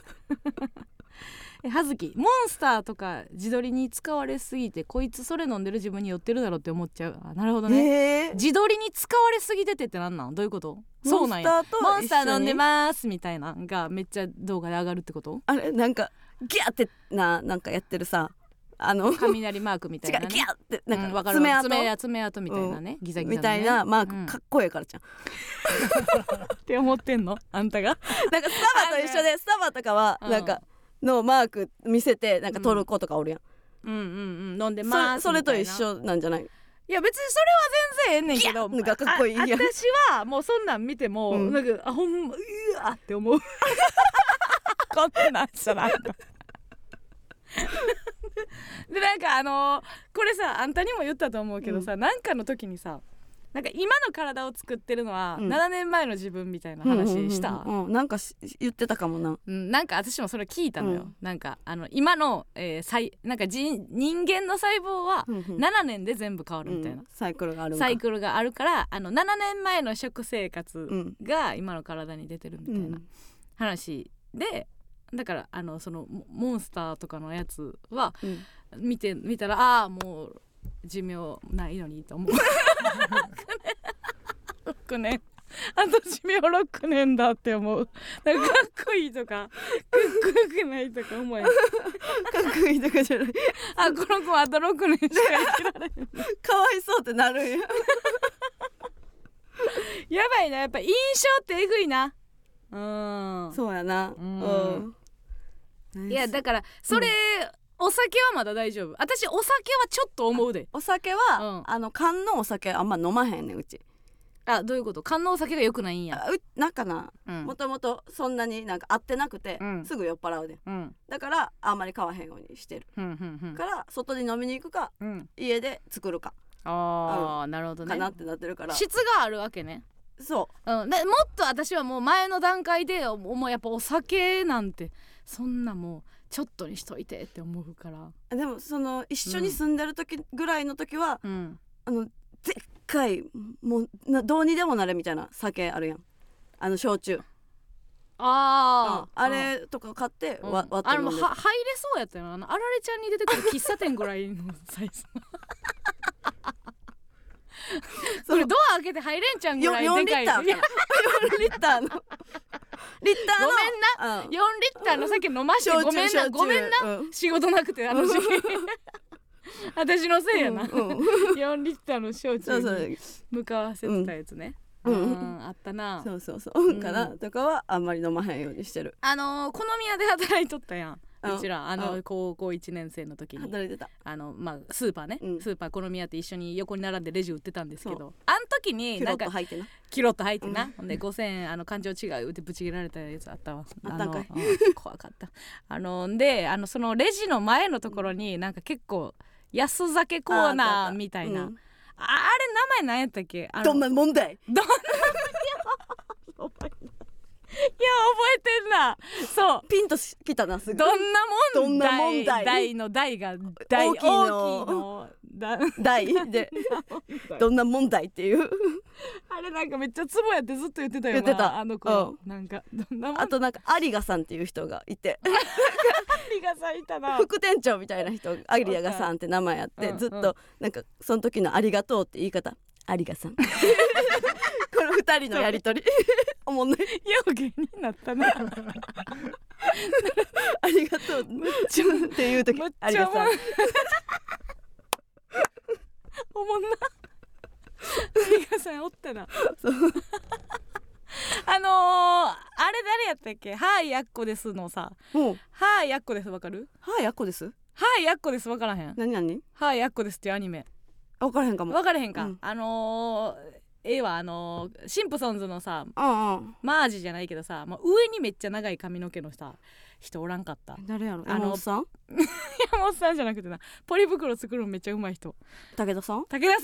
えはずきモンスターとか自撮りに使われすぎてこいつそれ飲んでる自分に酔ってるだろうって思っちゃう。あ、なるほどね。自撮りに使われすぎててってなんなん？どういうこと？そうなんや。モンスター飲んでますみたいながめっちゃ動画で上がるってこと？ あれなんかギャーってな、なんかやってるさ、あの雷マークみたいな、ね、 違うギャーってなんか、 うん、分かる爪痕爪爪痕みたいなね、うん、ギザギザ、ね、 みたいなマークかっこええからじゃん、 うん、って思ってんのあんたがなんかスタバと一緒でスタバとかはなんか、うん、のマーク見せてなんか撮る子とかおるやん、 うん、うんうんうん飲んでますそれ、それと一緒なんじゃない？ いや別にそれは全然ええねんけど、 なんかかっこいいやん。 私はもうそんなん見ても、うん、なんかあほんまうわって思うこんなんしたらでなんかあのー、これさあんたにも言ったと思うけどさ、うん、なんかの時にさなんか今の体を作ってるのはななねんまえの自分みたいな話した、 うんうんうんうん、なんか言ってたかもな、 うん、なんか私もそれ聞いたのよ、うん、なんかあの今の、えー、なんか人, 人間の細胞はななねんで全部変わるみたいな、うん、 サイクルがあるサイクルがあるからあのななねんまえの食生活が今の体に出てるみたいな話で、だからあのそのモンスターとかのやつは見て見たらああもう寿命ないのにと思うろくねんあと寿命ろくねんだって思う。なんかかっこいいとかかっこよくないとか思えかっこいいとかじゃないあこの子はあとろくねんしか生きられへんかわいそうってなるんややばいな、やっぱ印象ってえぐいな。うん、 そうやな、うん、 うん、いやだからそれ、うん、お酒はまだ大丈夫。私お酒はちょっと思うで。 お酒は、うん、あの缶のお酒あんま飲まへんねんうち。 あ、どういうこと？缶のお酒が良くないんや。 うなんかな、もともとそんなになんか合ってなくて、うん、すぐ酔っ払うで、うん、だからあんまり買わへんようにしてる、うんうんうん、から外で飲みに行くか、うん、家で作るか、 あ、うん、なるほどね、 かなってなってるから質があるわけね。 そう、 うん、でもっと私はもう前の段階でもうやっぱお酒なんてそんなもうちょっとにしといてって思うから。 でもその一緒に住んでる時ぐらいの時は、うん、あのでっかいもうなどうにでもなれみたいな酒あるやん、あの焼酎、 あ、 うん、あれとか買って、うん、わ割って飲んで、 あのは入れそうやったよな、あのあられちゃんに出てくる喫茶店ぐらいのサイズそれドア開けて入れんちゃんぐらいでかいよんリッターよんリッターのリッターのごめんな、うん、よんリッターの酒飲ましてごめんなごめんな、うん、仕事なくてあの時私のせいやな、うんうん、よんリッターの焼酎に向かわせてたやつね、うんうん、あったな。 そうそうそう、うん、かなとかはあんまり飲まへんようにしてる。 あのー、好み屋で働いとったやんうちら、あの高校いちねん生の時に働いてた、 あの、まあ、スーパーね、うん、スーパー好み屋って一緒に横に並んでレジ売ってたんですけど、あん時になんかキロッと入ってな、うん、でごせんえんあの感情違うってぶち切られたやつあったわ。 あったんかい、 怖かったあのであのそのレジの前のところになんか結構安酒コーナーみたいな、 あ, あ, うん、あれ名前何やったっけ？あのどんな問題どんないや覚えてんな。そうピンときたなすぐ。 どんな問題？どんな問題？ 大の大が大大きいの大でどんな問題っていうあれなんかめっちゃツボやってずっと言ってたよな。 言ってたあの子、うん、なんかどんな問題。 あとなんか有賀さんっていう人がいて有賀さんいたな。 副店長みたいな人有賀さんって名前あって、うん、ずっとなんかその時のありがとうって言い方有賀さんこの二人のやりとりおもんない。 よう芸人になったなありがとうっていう時有賀さんおもんな有賀さんおったなそうあのー、あれ誰やったっけ？はいやっこですのさ、はいやっこですわかる？ はいやっこですはいやっこですわからへん？ 何何？ はいやっこですっていうアニメわからへんかも。 わからへんか、うん、あのーええわあのー、シンプソンズのさ、 うんうん、 マージじゃないけどさ、もう上にめっちゃ長い髪の毛のさ人おらんかった？ 誰やろ？山本さん？ 山本さんじゃなくてな、ポリ袋作るのめっちゃうまい人。 武田さん？ 武田さんや武田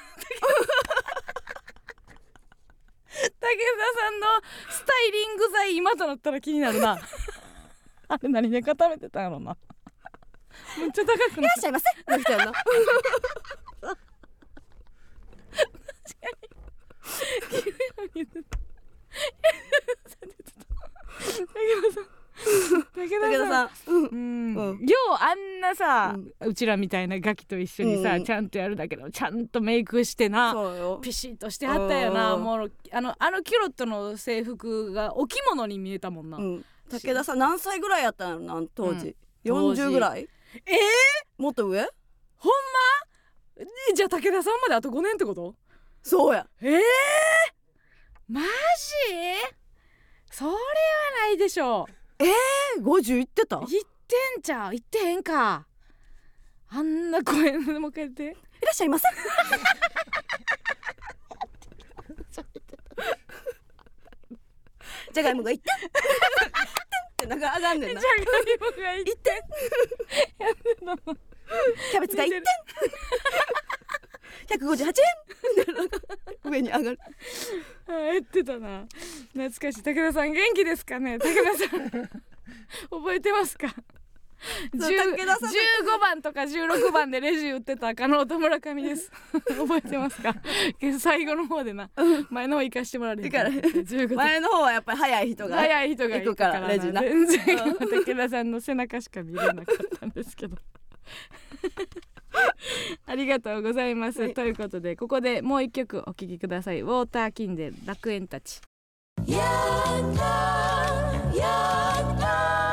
さんのスタイリング剤今となったら気になるなあれ何で固めてたんやろなめっちゃ高くなっいらっしゃいませの人やな確かに武田さん武田さん、うんうんうん、ようあんなさ、うん、うちらみたいなガキと一緒にさ、うん、ちゃんとやるだけどちゃんとメイクしてな、ピシッとしてはったよな。もうあのあのキュロットの制服がお着物に見えたもんな、うん、 武田さん何歳ぐらいやったのなん当時、うん、よんじゅうぐらい？ えー、 もっと上？ ほんま？じゃあ武田さんまであとごねんってこと？ そうや。 えー、マジ？それはないでしょう。 えー、ごじゅういってた？いってんちゃう？いってへんか。あんな声でもう一回言って。いらっしゃいませじゃがいもがいってんってなんか上がんねんな。 じゃがいもがいってんキャベツがいってんひゃくごじゅうはちえん上に上がる。 あ、やってたな。懐かしい。武田さん元気ですかね？武田さん覚えてますか？じゅうごばんとかじゅうろくばんでレジ売ってた加納と村上です覚えてますか？最後の方でな、前の方行かしてもらえるから前の方はやっぱり早い人が早い人が行くからレジな。 全然武田さんの背中しか見れなかったんですけどありがとうございます、はい、ということでここでもう一曲お聴きください。ウォーターキンで楽園たち。やったやった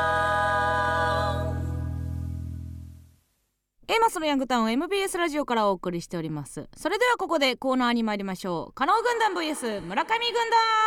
エマスのヤングタウン エムビーエス ラジオからお送りしております。それではここでコーナーに参りましょう。加納軍団 ブイエス 村上軍団。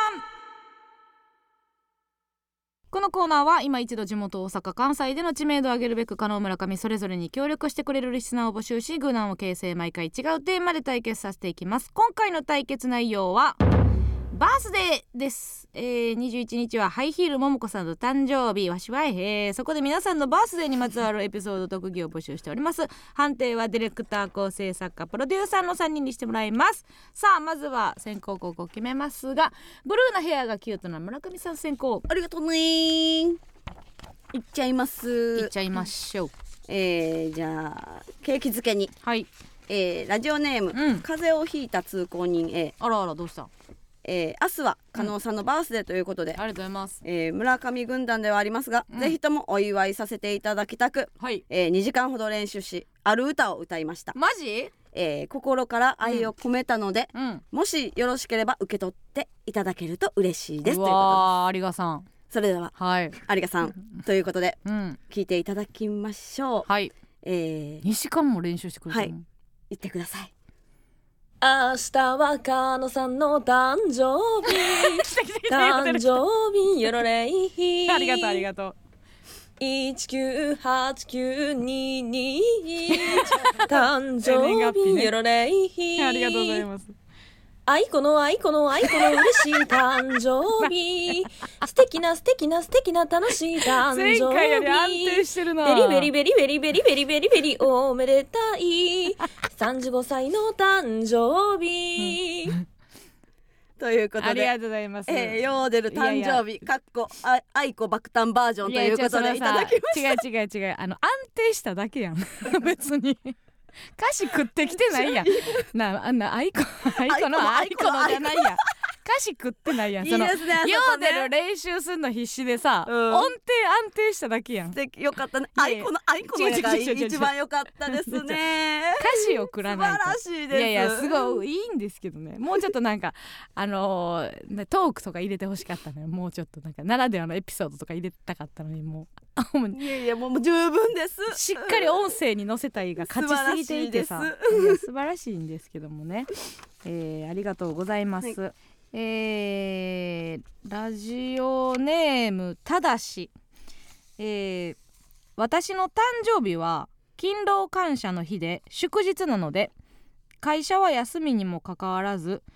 このコーナーは今一度地元大阪関西での知名度を上げるべく加納村上それぞれに協力してくれるリスナーを募集し、軍団を形成、毎回違うテーマで対決させていきます。今回の対決内容はバースデーです、えー、にじゅういちにちはハイヒールももこさんの誕生日。わしは、えー、そこで皆さんのバースデーにまつわるエピソード特技を募集しております。判定はディレクター、構成作家、プロデューサーのさんにんにしてもらいます。さあまずは先攻後攻決めますが、ブルーなヘアがキュートな村上さん先行。 ありがとうねー。いっちゃいますいっちゃいましょう。 えー、じゃあ景気づけに、 はい、 えー、ラジオネーム、うん、風邪をひいた通行人 A。 あらあらどうした？ えー、明日は加納さんのバースデーということで、 うん、ありがとうございます、 えー、村上軍団ではありますが、うん、ぜひともお祝いさせていただきたく、はい、えー、にじかんほど練習しある歌を歌いました。 マジ？ えー、心から愛を込めたので、うん、もしよろしければ受け取っていただけると嬉しいです。 うわー、 ということです。 ありがさん。 それでは、 はい、 ありがさんということで、うん、聞いていただきましょう。 はい、 えー、 にじかんも練習してくれたの？ はい、言ってください。 明日は加納さんの誕生日誕生日よろれいひありがとうありがとう。 いちきゅうはちきゅうににいち誕生日よろれいひありがとうございます。 あいこのあいこのあいこの嬉しい誕生日素敵な素敵な素敵な楽しい誕生日。 前回より安定してるな。 ベリベリベリベリベリベリベリベリおめでたいさんじゅうごさいの誕生日、うん、 ということでありがとうございます、 えー、ヨーデル誕生日かっこあいこ爆誕バージョンということでいただきました。 違う違う違う、あの安定しただけやん別に歌詞食ってきてないやんなあんなあいこあいこのあいこのじゃないやん歌詞食ってないやん。そのいいですね、 ヨーデル練習すんの必死でさ、うん、音程安定しただけやん。 素敵、よかったね。あいこのあいこのやが一番よかったですね歌詞をくらないと。 素晴らしいです。 いやいやすごいいいんですけどね、もうちょっとなんかあのー、トークとか入れてほしかったのよ。もうちょっとなんかならではのエピソードとか入れたかったのに、もういやいやもう十分です。 しっかり音声に載せたいが勝ちすぎていてさ、いや素晴らしいんですけどもね、えー、ありがとうございます、はい。えー、ラジオネームただし、えー、私の誕生日は勤労感謝の日で祝日なので会社は休みにもかかわらず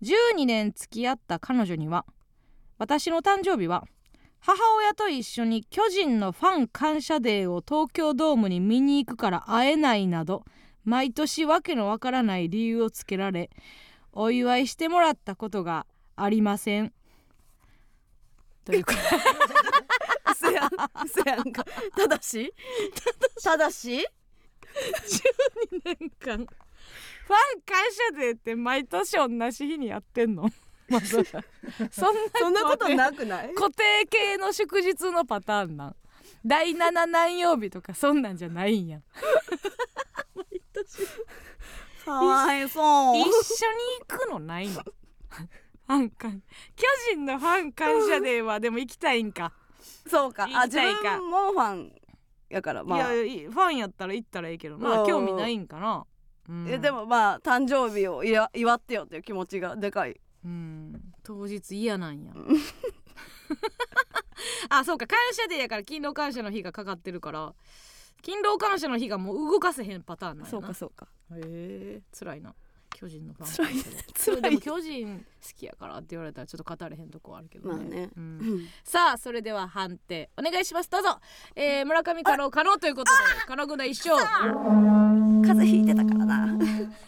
じゅうにねん付き合った彼女には私の誕生日は母親と一緒に巨人のファン感謝デーを東京ドームに見に行くから会えないなど毎年わけのわからない理由をつけられお祝いしてもらったことがありませんということ嘘やん嘘やんか正しい正しいじゅうにねんかんファン感謝デーって毎年同じ日にやってんのまあ、そ, そんなそんなことなくない固定系の祝日のパターンなんだいなな何曜日とかそんなんじゃないんや毎年かわいそう一緒に行くのないのファン感巨人のファン感謝デーはでも行きたいんかそうかあ自行きたいか分もファンやからまあいやファンやったら行ったらいいけどまあ興味ないんかな、うん、 えでもまあ誕生日を祝ってよっていう気持ちがでかいうん当日嫌なんやあそうか感謝デーやから勤労感謝の日がかかってるから勤労感謝の日がもう動かせへんパターンなんやなそうかそうかへえ辛いな巨人のファン辛い辛いでも巨人好きやからって言われたらちょっと語れへんとこあるけどね、 まあねうん、さあそれでは判定お願いしますどうぞ、えー、村上加納加納ということで加納軍団一勝風邪ひいてたからな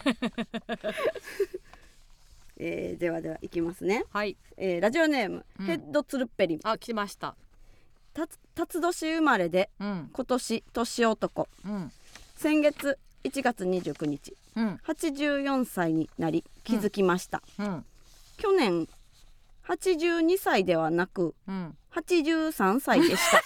えー、ではではいきますねはい、 えー、ラジオネーム、うん、ヘッドツルッペリンあ来ましたたつ年生まれで、うん、今年年男、うん、先月いちがつにじゅうくにち、うん、はちじゅうよんさいになり気づきました、うんうん、去年はちじゅうにさいではなく、うん、はちじゅうさんさいでした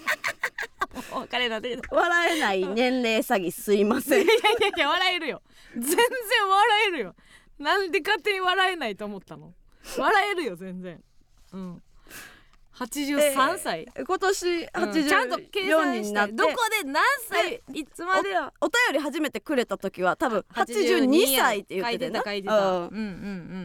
笑えない年齢詐欺すいませんいやいやいや笑えるよ全然笑えるよなんで勝手に笑えないと思ったの笑えるよ全然、うん、はちじゅうさんさい、 えー、今年はちじゅうよんになって、うん、ちゃんと計算してどこで何歳いつまではお, お便り始めてくれた時は多分はちじゅうにさいって言ってたな書いてた書いてた、うんうんうん、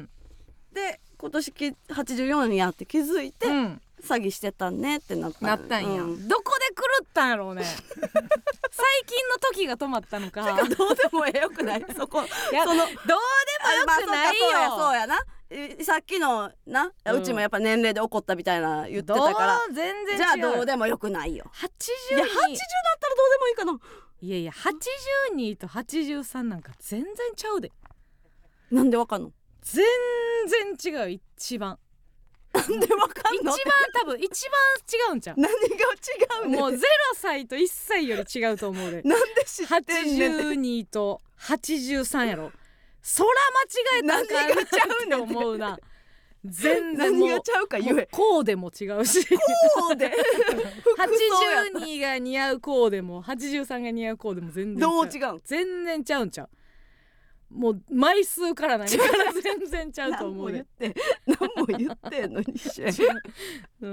で今年はちじゅうよんやって気づいて、うん、詐欺してたねってなったなったんや、うん、どこで狂ったんやろうね最近の時が止まったのかどうでもええよくないそこいやそのどうでもよくないよ、 まあ、そうやそうやなさっきのな、うん、うちもやっぱ年齢で怒ったみたいな言ってたから全然違うじゃあどうでもよくないよはちじゅうにいやはちじゅうだったらどうでもいいかないやいやはちじゅうにとはちじゅうさんなんか全然ちゃうでなんでわかんの全然違う一番なんでわかんの一番多分一番違うんちゃう何が違うねんもうゼロさいといっさいより違うと思うでなんで知ってんねんはちじゅうにとはちじゅうさんやろそら間違えたらあかんちゃうねん思うな全然もう何がちゃうか言えコーデも違うしコーデはちじゅうにが似合うコーデもはちじゅうさんが似合うコーデも全然どう違う全然ちゃうんちゃうもう枚数から何から全然ちゃうと思うで何も言ってんのにしうん、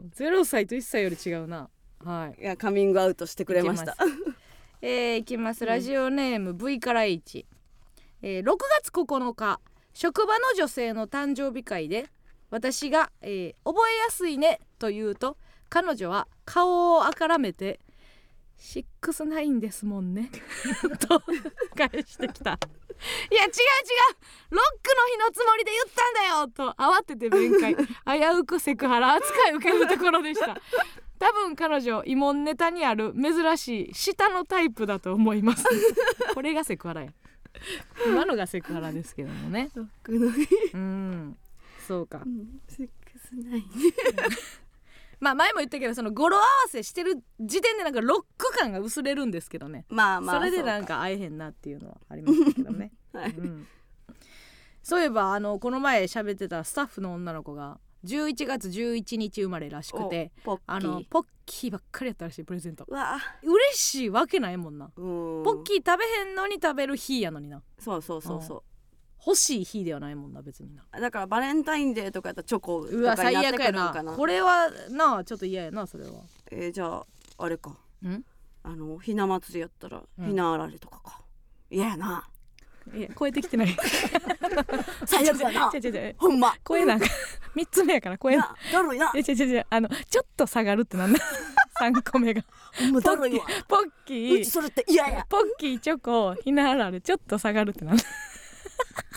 ゼロさいといっさいより違うなはい。 いやカミングアウトしてくれました。 えー、いきます。ラジオネーム V から H、えー、ろくがつここのか職場の女性の誕生日会で私が、えー、覚えやすいねと言うと彼女は顔をあからめてシックスナインですもんねと返してきた。いや違う違うロックの日のつもりで言ったんだよと慌てて弁解危うくセクハラ扱いを受けるところでした。多分彼女慰問ネタにある珍しい下のタイプだと思いますこれがセクハラや今のがセクハラですけどもねロックの日うんそうか、 うん、セックスナインまあ前も言ったけどその語呂合わせしてる時点でなんかロック感が薄れるんですけどねまあまあそれでなんか会えへんなっていうのはありましたけどね、はいうん、そういえばあのこの前喋ってたスタッフの女の子がじゅういちがつじゅういちにち生まれらしくてポッキーあのポッキーばっかりやったらしいプレゼントわ嬉しいわけないもんなポッキー食べへんのに食べる日やのになそうそうそうそう欲しい日ではないもんな別になだからバレンタインデーとかやったらチョコとかにうわ最なってく悪やなるのかなこれはなちょっと嫌やなそれはえー、じゃああれかんあのひな祭りやったらひなあられとかか嫌、うん、やないや超えてきてない最悪やなちょちょちょほんま声なんかみっつめやから声なだるいなちょちょちょあのちょっと下がるってなんださんこめがほんまだるいわポッキーうちそれって嫌やポッキーチョコひなあられちょっと下がるってなんだ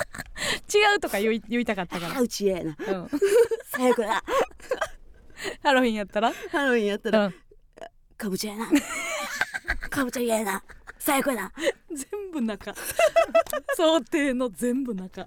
違うとか言い、言いたかったから。 うちええな、うん、最悪だ。 ハロウィンやったらハロウィンやったら、うん、かぼちゃやなかぼちゃ嫌やな最悪やな。 全部中想定の全部中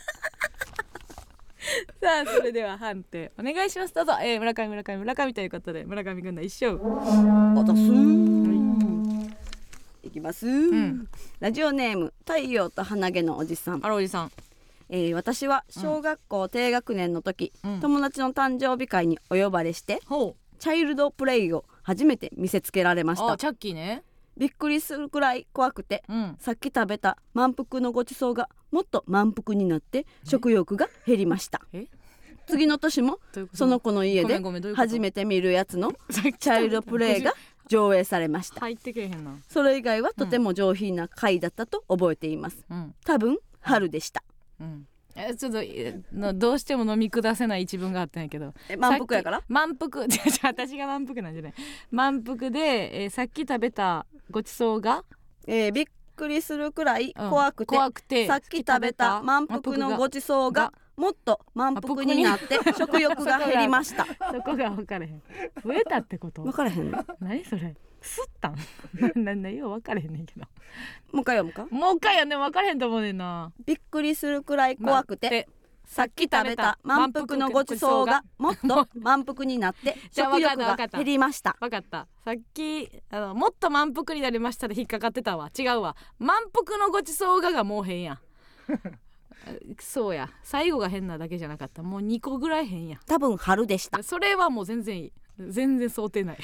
さあそれでは判定お願いします。どうぞ、えー、村上村上村上ということで村上軍団一勝。 おたすー、はい、いきます、うん、ラジオネーム太陽と鼻毛のおじさん。 あらおじさん、 えー、私は小学校低学年の時、うん、友達の誕生日会にお呼ばれして、うん、チャイルドプレイを初めて見せつけられました。 あチャッキーね。 びっくりするくらい怖くて、うん、さっき食べた満腹のごちそうがもっと満腹になって食欲が減りました。え次の年もその子の家で初めて見るやつのチャイルドプレイが上映されました。 入ってけへんな。 それ以外はとても上品な回だったと覚えています、うん、多分春でした、うん、 えちょっとどうしても飲み下せない一文があったんやけど、 え満腹やから満腹私が満腹なんじゃない満腹で、えー、さっき食べたごちそうが、 えー、びっくりするくらい怖くて、うん、怖くてさっき食べた満腹のごちそうがもっと満腹になって食欲が減りましたそこが分からへん。増えたってこと？ 分からへん。 何それ？すったん？なんだよ分からへんねんけど。 もう一回読むか？ もう一回やんね分からへんと思うねんな。 びっくりするくらい怖くて、さっき食べた満腹のごちそうがもっと満腹になって食欲が減りました。 分かった。さっきあのもっと満腹になりましたで引っかかってたわ。違うわ。満腹のごちそうががもう変や。そうや最後が変なだけじゃなかった。もうにこぐらい変や。 多分春でした。 それはもう全然いい。全然想定内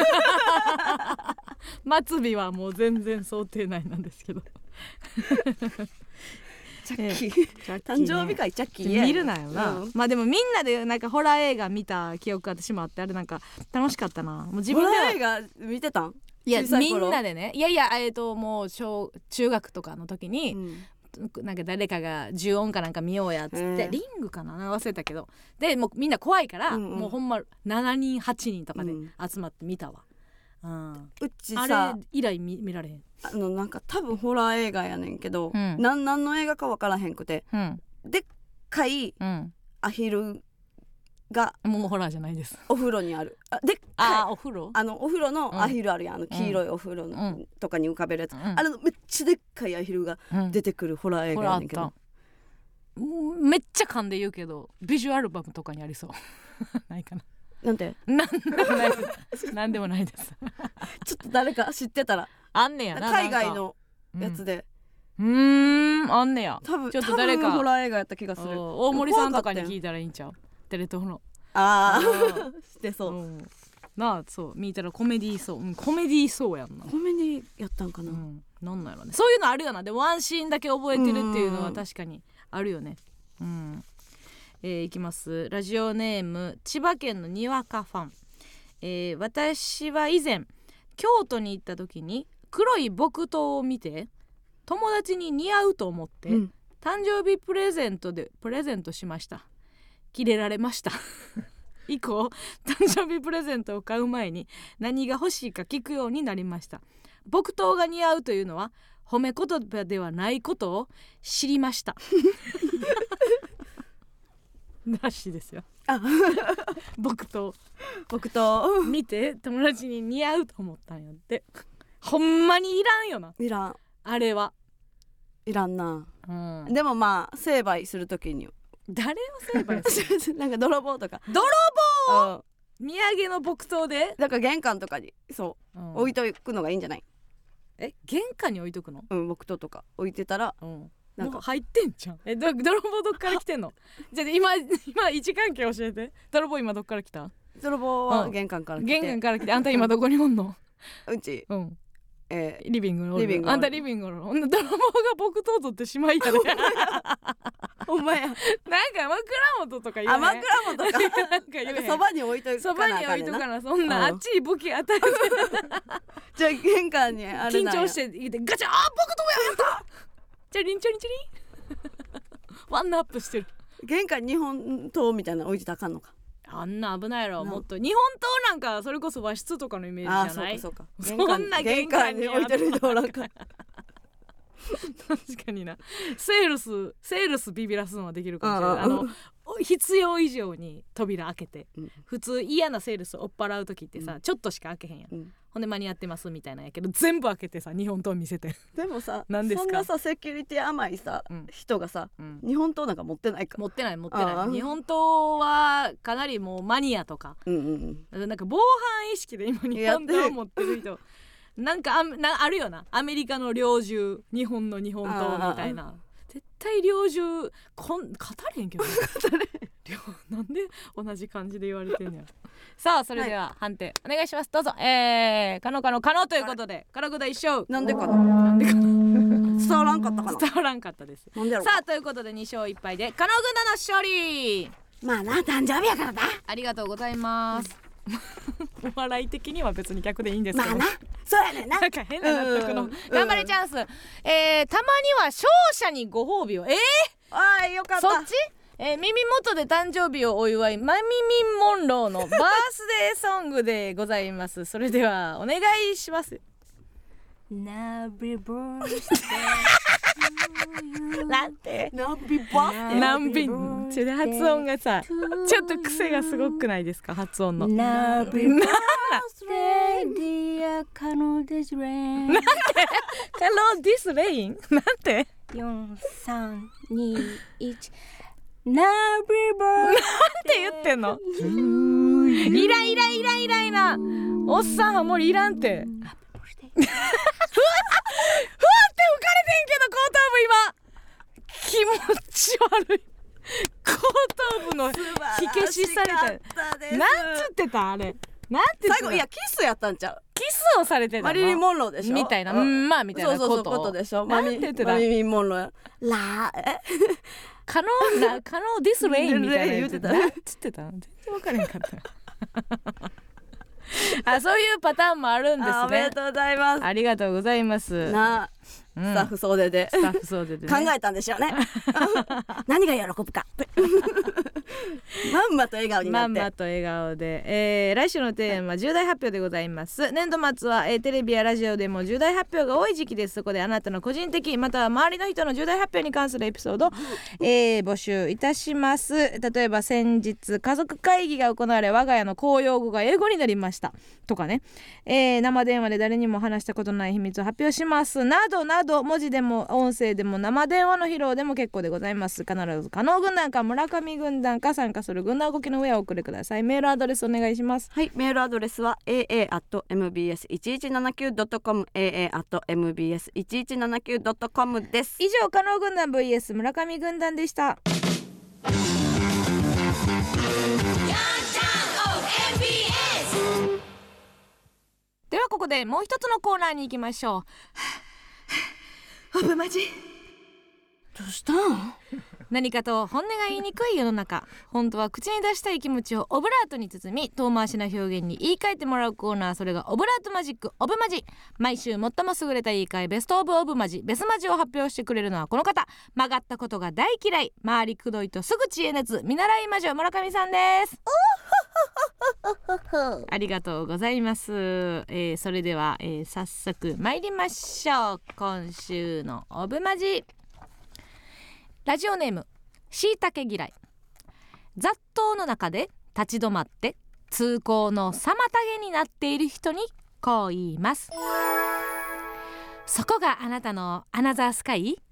末尾はもう全然想定内なんですけどチャッキー、えー、誕生日会チャッキー見るなよな、うん、まあでもみんなでなんかホラー映画見た記憶が私もあって、あれなんか楽しかったな。もう自分でホラー映画見てたん？ いやみんなでね、いやいやえーともう小中学とかの時に、うんなんか誰かがじゅうおんかなんか見ようやっつってリングかな忘れたけどでもうみんな怖いから、うんうん、もうほんましちにんはちにんとかで集まって見たわ、うん、うちさあれ以来 見, 見られへん。 あのなんか多分ホラー映画やねんけど、うん、なんなんの映画か分からへんくて、うん、でっかいアヒルがもうホラーじゃないです。 お風呂にある。あでっかいあお風呂あのお風呂のアヒルあるやん、うん、あの黄色いお風呂の、うん、とかに浮かべるやつ、うん、あれめっちゃでっかいアヒルが出てくるホラー映画やねんけど、 うん、めっちゃ噛んで言うけどビジュアルバムとかにありそうないかな。 なんてなんでもないですなんでもないですちょっと誰か知ってたらあんねやな。 海外のやつでうーんあんねや。 多分ちょっと誰かホラー映画やった気がする。 大森さんとかに聞いたらいいんちゃう？テレ東のああしてそう、うん、 なあそう見たらコメディーそう、うん、コメディーそうやんな。 コメディやったんかな、うん、 なんなんやろね。そういうのあるよな。でもワンシーンだけ覚えてるっていうのは確かにあるよね。うん、えー、いきます。ラジオネーム千葉県のにわかファン、えー、私は以前京都に行った時に黒い木刀を見て友達に似合うと思って、うん、誕生日プレゼントでプレゼントしました。キレられました以降誕生日プレゼントを買う前に何が欲しいか聞くようになりました。木刀が似合うというのは褒め言葉ではないことを知りましたらしいですよ。木刀木刀見て友達に似合うと思ったんやって。ほんまにいらんよな。 いらん。 あれはいらんな、うん、でもまあ成敗するときに誰を成敗するなんか泥棒とか泥棒、うん、土産の木刀でだから玄関とかにそう、うん、置いとくのがいいんじゃない？ え玄関に置いとくの？ うん木刀とか置いてたら、 うん、なんか入ってんじゃん。えど泥棒どっから来てんの？じゃあ今今位置関係教えて。泥棒今どっから来た？ 泥棒は玄関から来て、 うん、玄関から来てあんた今どこにおんの？ うち、うんえー、リビングのリビングあんたリビングの泥棒が木刀取ってしまいやでほんまやなんか枕元とか言うね。 あ枕元かなんか言うそばに置いとかなそばに置いとかなそんな、うん、あっちい武器与えてじゃあ玄関にあれ緊張していてガチャあー木刀やったじゃあリンチャリンチャリンワンアップしてる。 玄関にほん刀みたいなの置いてたらあかんのか。 あんな危ないやろ。もっと日本刀なんかそれこそ和室とかのイメージじゃない？ あそうかそうか。そんな玄関に置いてる人おらんか確かにな。セールスセールスビビらすのはできるかもしれない。あの必要以上に扉開けて、うん、普通嫌なセールスを追っ払う時ってさ、うん、ちょっとしか開けへんやん、うん、ほんで間に合ってますみたいなんやけど全部開けてさ日本刀見せて。 でもさ何ですか、 そんなさセキュリティ甘いさ、うん、人がさ、うん、日本刀なんか持ってないか。 持ってない持ってない。日本刀はかなりもうマニアとか、うんうんうん、なんか防犯意識で今日本刀を持ってる人なんか あ, なあるよな。アメリカの猟銃日本の日本刀みたいな。絶対猟銃こん語れへんけど語れへんなんで同じ感じで言われてんのや。さあそれでは判定お願いします。どうぞ。えー、可能可能可能ということで辛ぐだ一勝。 なんでかななんでかな伝わらんかったかな。 伝わらんかったです。 なんでやろう。 さあということでに勝いっ敗で可能軍団の勝利。 まあな誕生日やからな。 ありがとうございます、うん、お笑い的には別に逆でいいんですけど、 まあなそうやねんな。 なんか変な納得の頑張れチャンス、えー、たまには勝者にご褒美を。えー、 あーよかった。 そっち、えー、耳元で誕生日をお祝いマミミンモンローのバースデーソングでございます。それではお願いします。ナビバースデーなんてナビバースデーナビちょっと発音がさちょっと癖がすごくないですか発音の。 ナビバースデーディアカノディスレインなんてカノディスレインなんてよんさんにいちナビバーなんて言ってんのイライライライライラおっさんはもういらんてふわって浮かれてんけど後頭部今気持ち悪い後頭部の火消しされた。なんつってたあれなんて最後いやキスやったんちゃう。 キスをされてたのマリリン・モンローでしょみたいな、うん、まあみたいなことそうそうそうことでしょ。 なんて言ってたマリリン・モンローラーえ可能な可能ディスレインみたいな言ってたなんつってた全然分からへんかったあそういうパターンもあるんですね。 あ、おめでとうございます。 ありがとうございますなあ、うん、スタッフ総出でスタッフ総出で、ね、 考えたんでしょうね何が喜ぶかまんまと笑顔になってまんまと笑顔で、えー、来週のテーマ重大発表でございます。年度末は、えー、テレビやラジオでも重大発表が多い時期です。そこであなたの個人的または周りの人の重大発表に関するエピソード、えー、募集いたします。例えば先日家族会議が行われ我が家の公用語が英語になりましたとかね、えー、生電話で誰にも話したことない秘密を発表しますなどなど、文字でも音声でも生電話の披露でも結構でございます。必ず加納軍団か村上軍団か参加する軍団動きの上をお送りください。メールアドレスお願いします。 はい、メールアドレスは エーエー アット エムビーエス いちいちななきゅう ドット コム エーエー アット エムビーエス いちいちななきゅう ドット コム です。 以上加納軍団 ブイエス 村上軍団でした。ではここでもう一つのコーナーに行きましょう。 オブマジどうしたん何かと本音が言いにくい世の中、本当は口に出したい気持ちをオブラートに包み遠回しな表現に言い換えてもらうコーナー、それがオブラートマジックオブマジ。毎週最も優れた言い換えベストオブオブマジベスマジを発表してくれるのはこの方、曲がったことが大嫌い周りくどいとすぐ知恵熱見習い魔女村上さんです。ありがとうございます、えー、それでは、えー、早速参りましょう。今週のオブマジ、ラジオネームしいたけ嫌い。雑踏の中で立ち止まって通行の妨げになっている人にこう言います。そこがあなたのアナザースカイ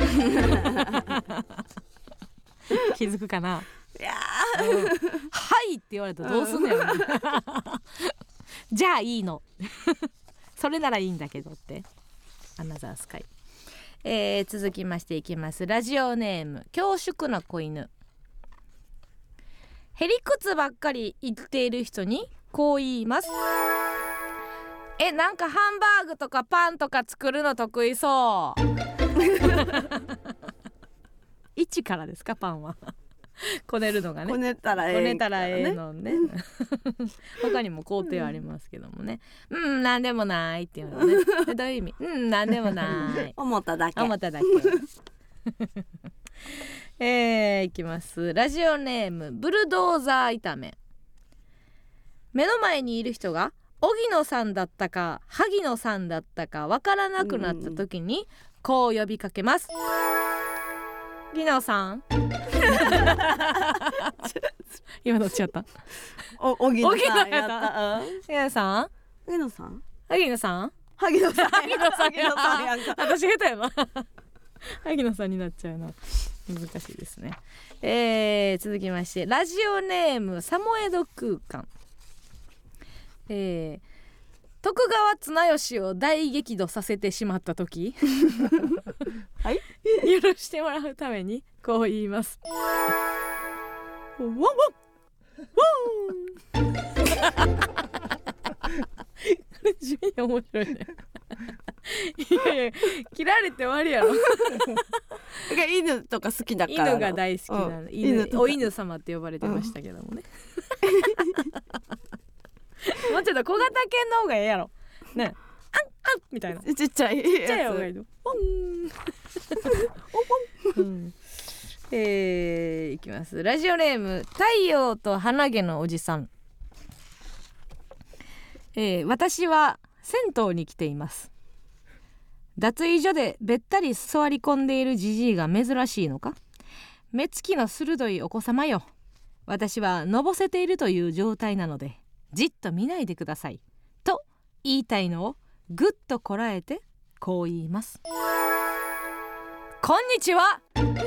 気づくかな。 いやー、うん、はいって言われたらどうすんのよじゃあいいのそれならいいんだけどってアナザースカイ。えー、続きましていきます。ラジオネーム恐縮な子犬。へりくつばっかり言っている人にこう言います。え、なんかハンバーグとかパンとか作るの得意そう一からですかパンはこねるのがね、 こねたらええ、 こねたらええのね他にも工程はありますけどもね、うん、うん、なんでもないっていうのねどういう意味、うん、なんでもない思っただけ思っただけえー、いきます。ラジオネームブルドーザー炒め。目の前にいる人が荻野さんだったか萩野さんだったかわからなくなった時にこう呼びかけます。ギノさん今どっちやった？ お、おぎのさんやった。 ギノさんぎのさん萩野さん萩野さん萩野さんやさんやんか。 私下手やな萩野さんになっちゃうな。難しいですね。えー、続きましてラジオネームサモエド空間。えー、徳川綱吉を大激怒させてしまった時はい許してもらうためにこう言います。ワンワンワンこれ地味に面白いねいやいや切られて終わりやろ犬とか好きだから犬が大好きなの、うん、犬犬お犬様って呼ばれてましたけどもね、うん、もうちょっと小型犬の方がええやろね。あんあんみたいなちっちゃいちっちゃい方がいいのポンポン、うん、えー、いきます。ラジオネーム太陽と花毛のおじさん。えー、私は銭湯に来ています。脱衣所でべったり座り込んでいるじじいが珍しいのか。目つきの鋭いお子様よ。私はのぼせているという状態なのでじっと見ないでくださいと言いたいのをぐっとこらえてこう言います。こんにちはむっ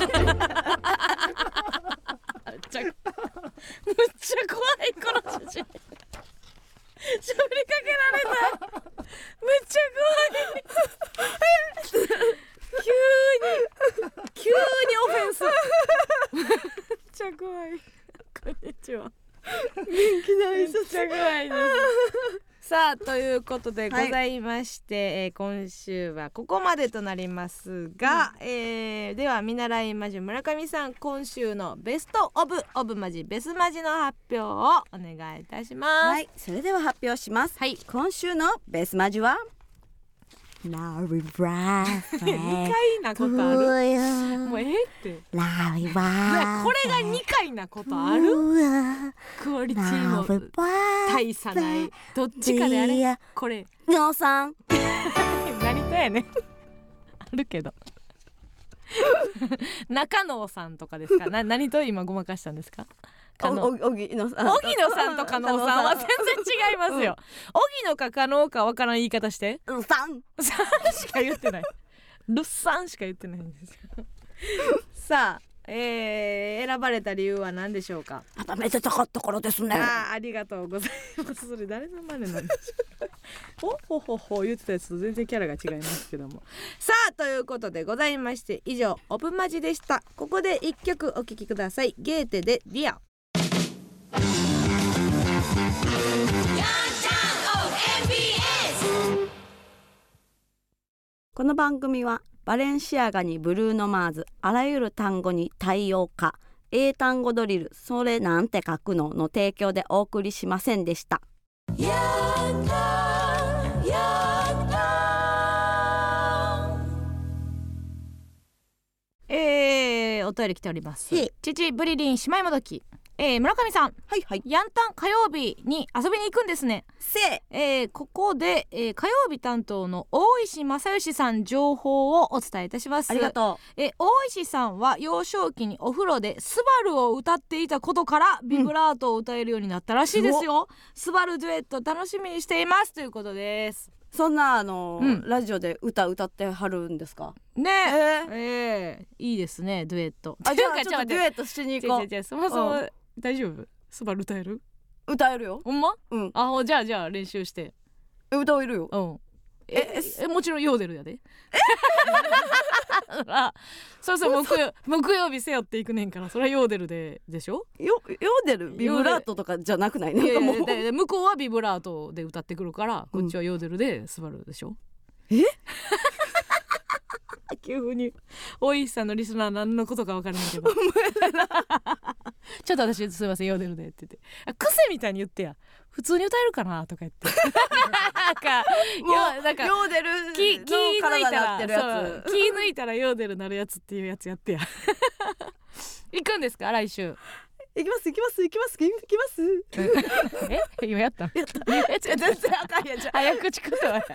ちゃむっちゃ怖いこのじじい喋りかけられためっちゃ怖い急に急にオフェンスめっちゃ怖い。こんにちは元気な挨拶めっちゃ怖いですさあということでございまして、はい、えー、今週はここまでとなりますが、うん、えー、では見習い魔女村上さん、今週のベストオブオブマジベスマジの発表をお願いいたします。 はい、それでは発表します。はい、今週のベスマジはラビバーにかいなことあるもうええってラビバーこれがにかいなことあるクオリティも大差ないどっちかであれこれノーさん何とやねんあるけど中野さんとかですかな。何と今ごまかしたんですか。 おぎのさん荻野さんと加納さんは全然違いますよ。荻野か加納かわからん言い方してルさんさんしか言ってないルさんしか言ってないんですよさあ、えー、選ばれた理由は何でしょうか。 まためでたかったからですね。 あ, ありがとうございます。それ誰の真似なんでしょうほほほほ言ってたやつと全然キャラが違いますけどもさあということでございまして以上オプマジでした。ここで一曲お聴きください。ゲーテでディア。 この番組はバレンシアガにブルーノマーズ、あらゆる単語に対応か英単語ドリル、それなんて書くのの提供でお送りしませんでした。やったやったえー、お便り来ております。父ブリリン姉妹もどき、えー、村上さん、 はいはい、 ヤンタン火曜日に遊びに行くんですね。 せえー、ここで、えー、火曜日担当の大石正義さん情報をお伝えいたします。 ありがとう。 えー、大石さんは幼少期にお風呂でスバルを歌っていたことからビブラートを歌えるようになったらしいですよ、うん、スバルデュエット楽しみにしていますということです。 そんなあの、うん、ラジオで歌歌ってはるんですかねえー、えー、いいですねデュエット。 あじゃあちょっとデュエットしに行こう。 違う違うそもそも、うん、大丈夫スバル歌える？ 歌えるよ。 ほんま？ うん。 あじゃあじゃあ練習して。 え歌えるよ。 うん。ええもちろんヨーデルやで。えそうそう木曜木曜日背負っていくねんからそれはヨーデルででしょ。 ヨヨーデルビブラートとかじゃなくない？なんかもういやいやで向こうはビブラートで歌ってくるから、うん、こっちはヨーデルでスバルでしょ。 え？ 急に大石さんのリスナー何のことか分からないけどちょっと私すいませんヨーデルでって言って癖みたいに言ってや普通に歌えるかなとか言ってなんかもうなんかヨーデル気抜いたらってるやつ気抜いたらヨーデルなるやつっていうやつやってや行くんですか来週。 行きます行きます行きます行きますえ今やったやった全然あかんやんじゃ早口言葉や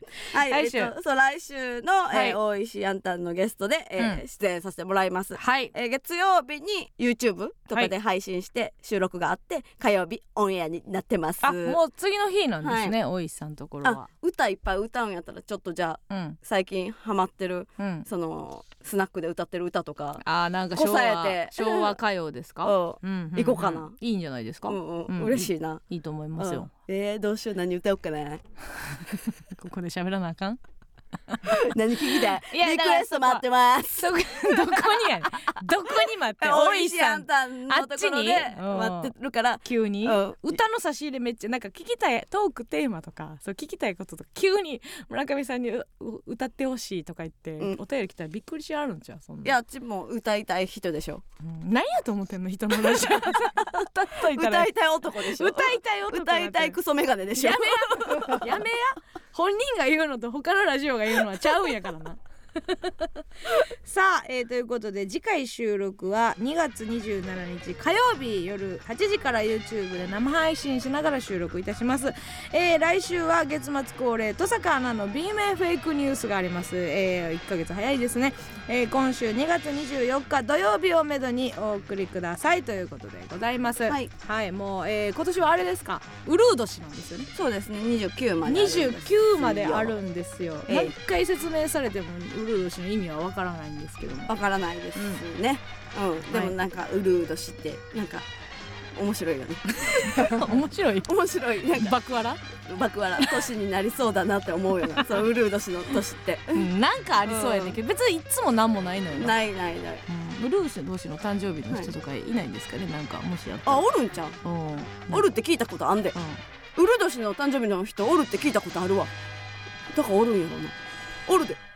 はい、 来週、 えっと、そう来週の、 はいえー、大石ヤンタンのゲストで、えーうん、 出演させてもらいます。 はい、 えー、月曜日に YouTube とかで配信して収録があって、火曜日オンエアになってます。 あ、もう次の日なんですね、はい、大石さんのところは。 歌いっぱい歌うんやったらちょっとじゃあ、うん、最近ハマってる、うん、そのスナックで歌ってる歌とか、 あ、なんか昭和昭和歌謡ですか、 うん、行こうかな。 いいんじゃないですか、 うんうんうん、嬉しいな。 いいと思いますよ。 うん、えー、どうしよう、何歌おうかなここで喋らなあかん何聞きたい？リクエスト待ってます。 どこにやねんどこに待って大石さんのところで待ってるから、 急に、うん、歌の差し入れめっちゃなんか聞きたいトークテーマとか、そう聞きたいこととか急に村上さんに歌ってほしいとか言って、うん、お便り来たらびっくりしあるんちゃう？そんな。 いや、あっちも歌いたい人でしょ、 うん、何やと思ってんの人のラジオ歌っといたら歌いたい男でしょ。 歌いたい男歌いたいクソメガネでしょ。 やめややめや本人が言うのと他のラジオが言うのはちゃうんやからなさあ、えー、ということで次回収録はにがつにじゅうしちにち火曜日夜はちじから YouTube で生配信しながら収録いたします。えー、来週は月末恒例登坂アナの B 面フェイクニュースがあります。えー、いっかげつ早いですね。えー、今週にがつにじゅうよっか土曜日をめどにお送りくださいということでございます。はい、はい、もう、えー、今年はあれですか、ウルー年なんですよね。 そうですね、にじゅうきゅうまでにじゅうきゅうまであるんですよ。えー、何回説明されてもウルー年の意味はわからないんですけども。 わからないですね、うんうん、でもなんか、はい、ウルー年ってなんか面白いよね面白い面白い、なんかバクワラバクワラ年になりそうだなって思うよなそのウルー年の年って、 うん、なんかありそうやねんけど、うん、別にいつもなんもないのよな。 ないないない、 うん、ウルー同士の誕生日の人とかいないんですかね、はい、なんかもしやったら。 あ、おるんちゃう、うん、おるって聞いたことあんで、うん、ウルー年の誕生日の人おるって聞いたことあるわ。だからおるんやろな、おるで。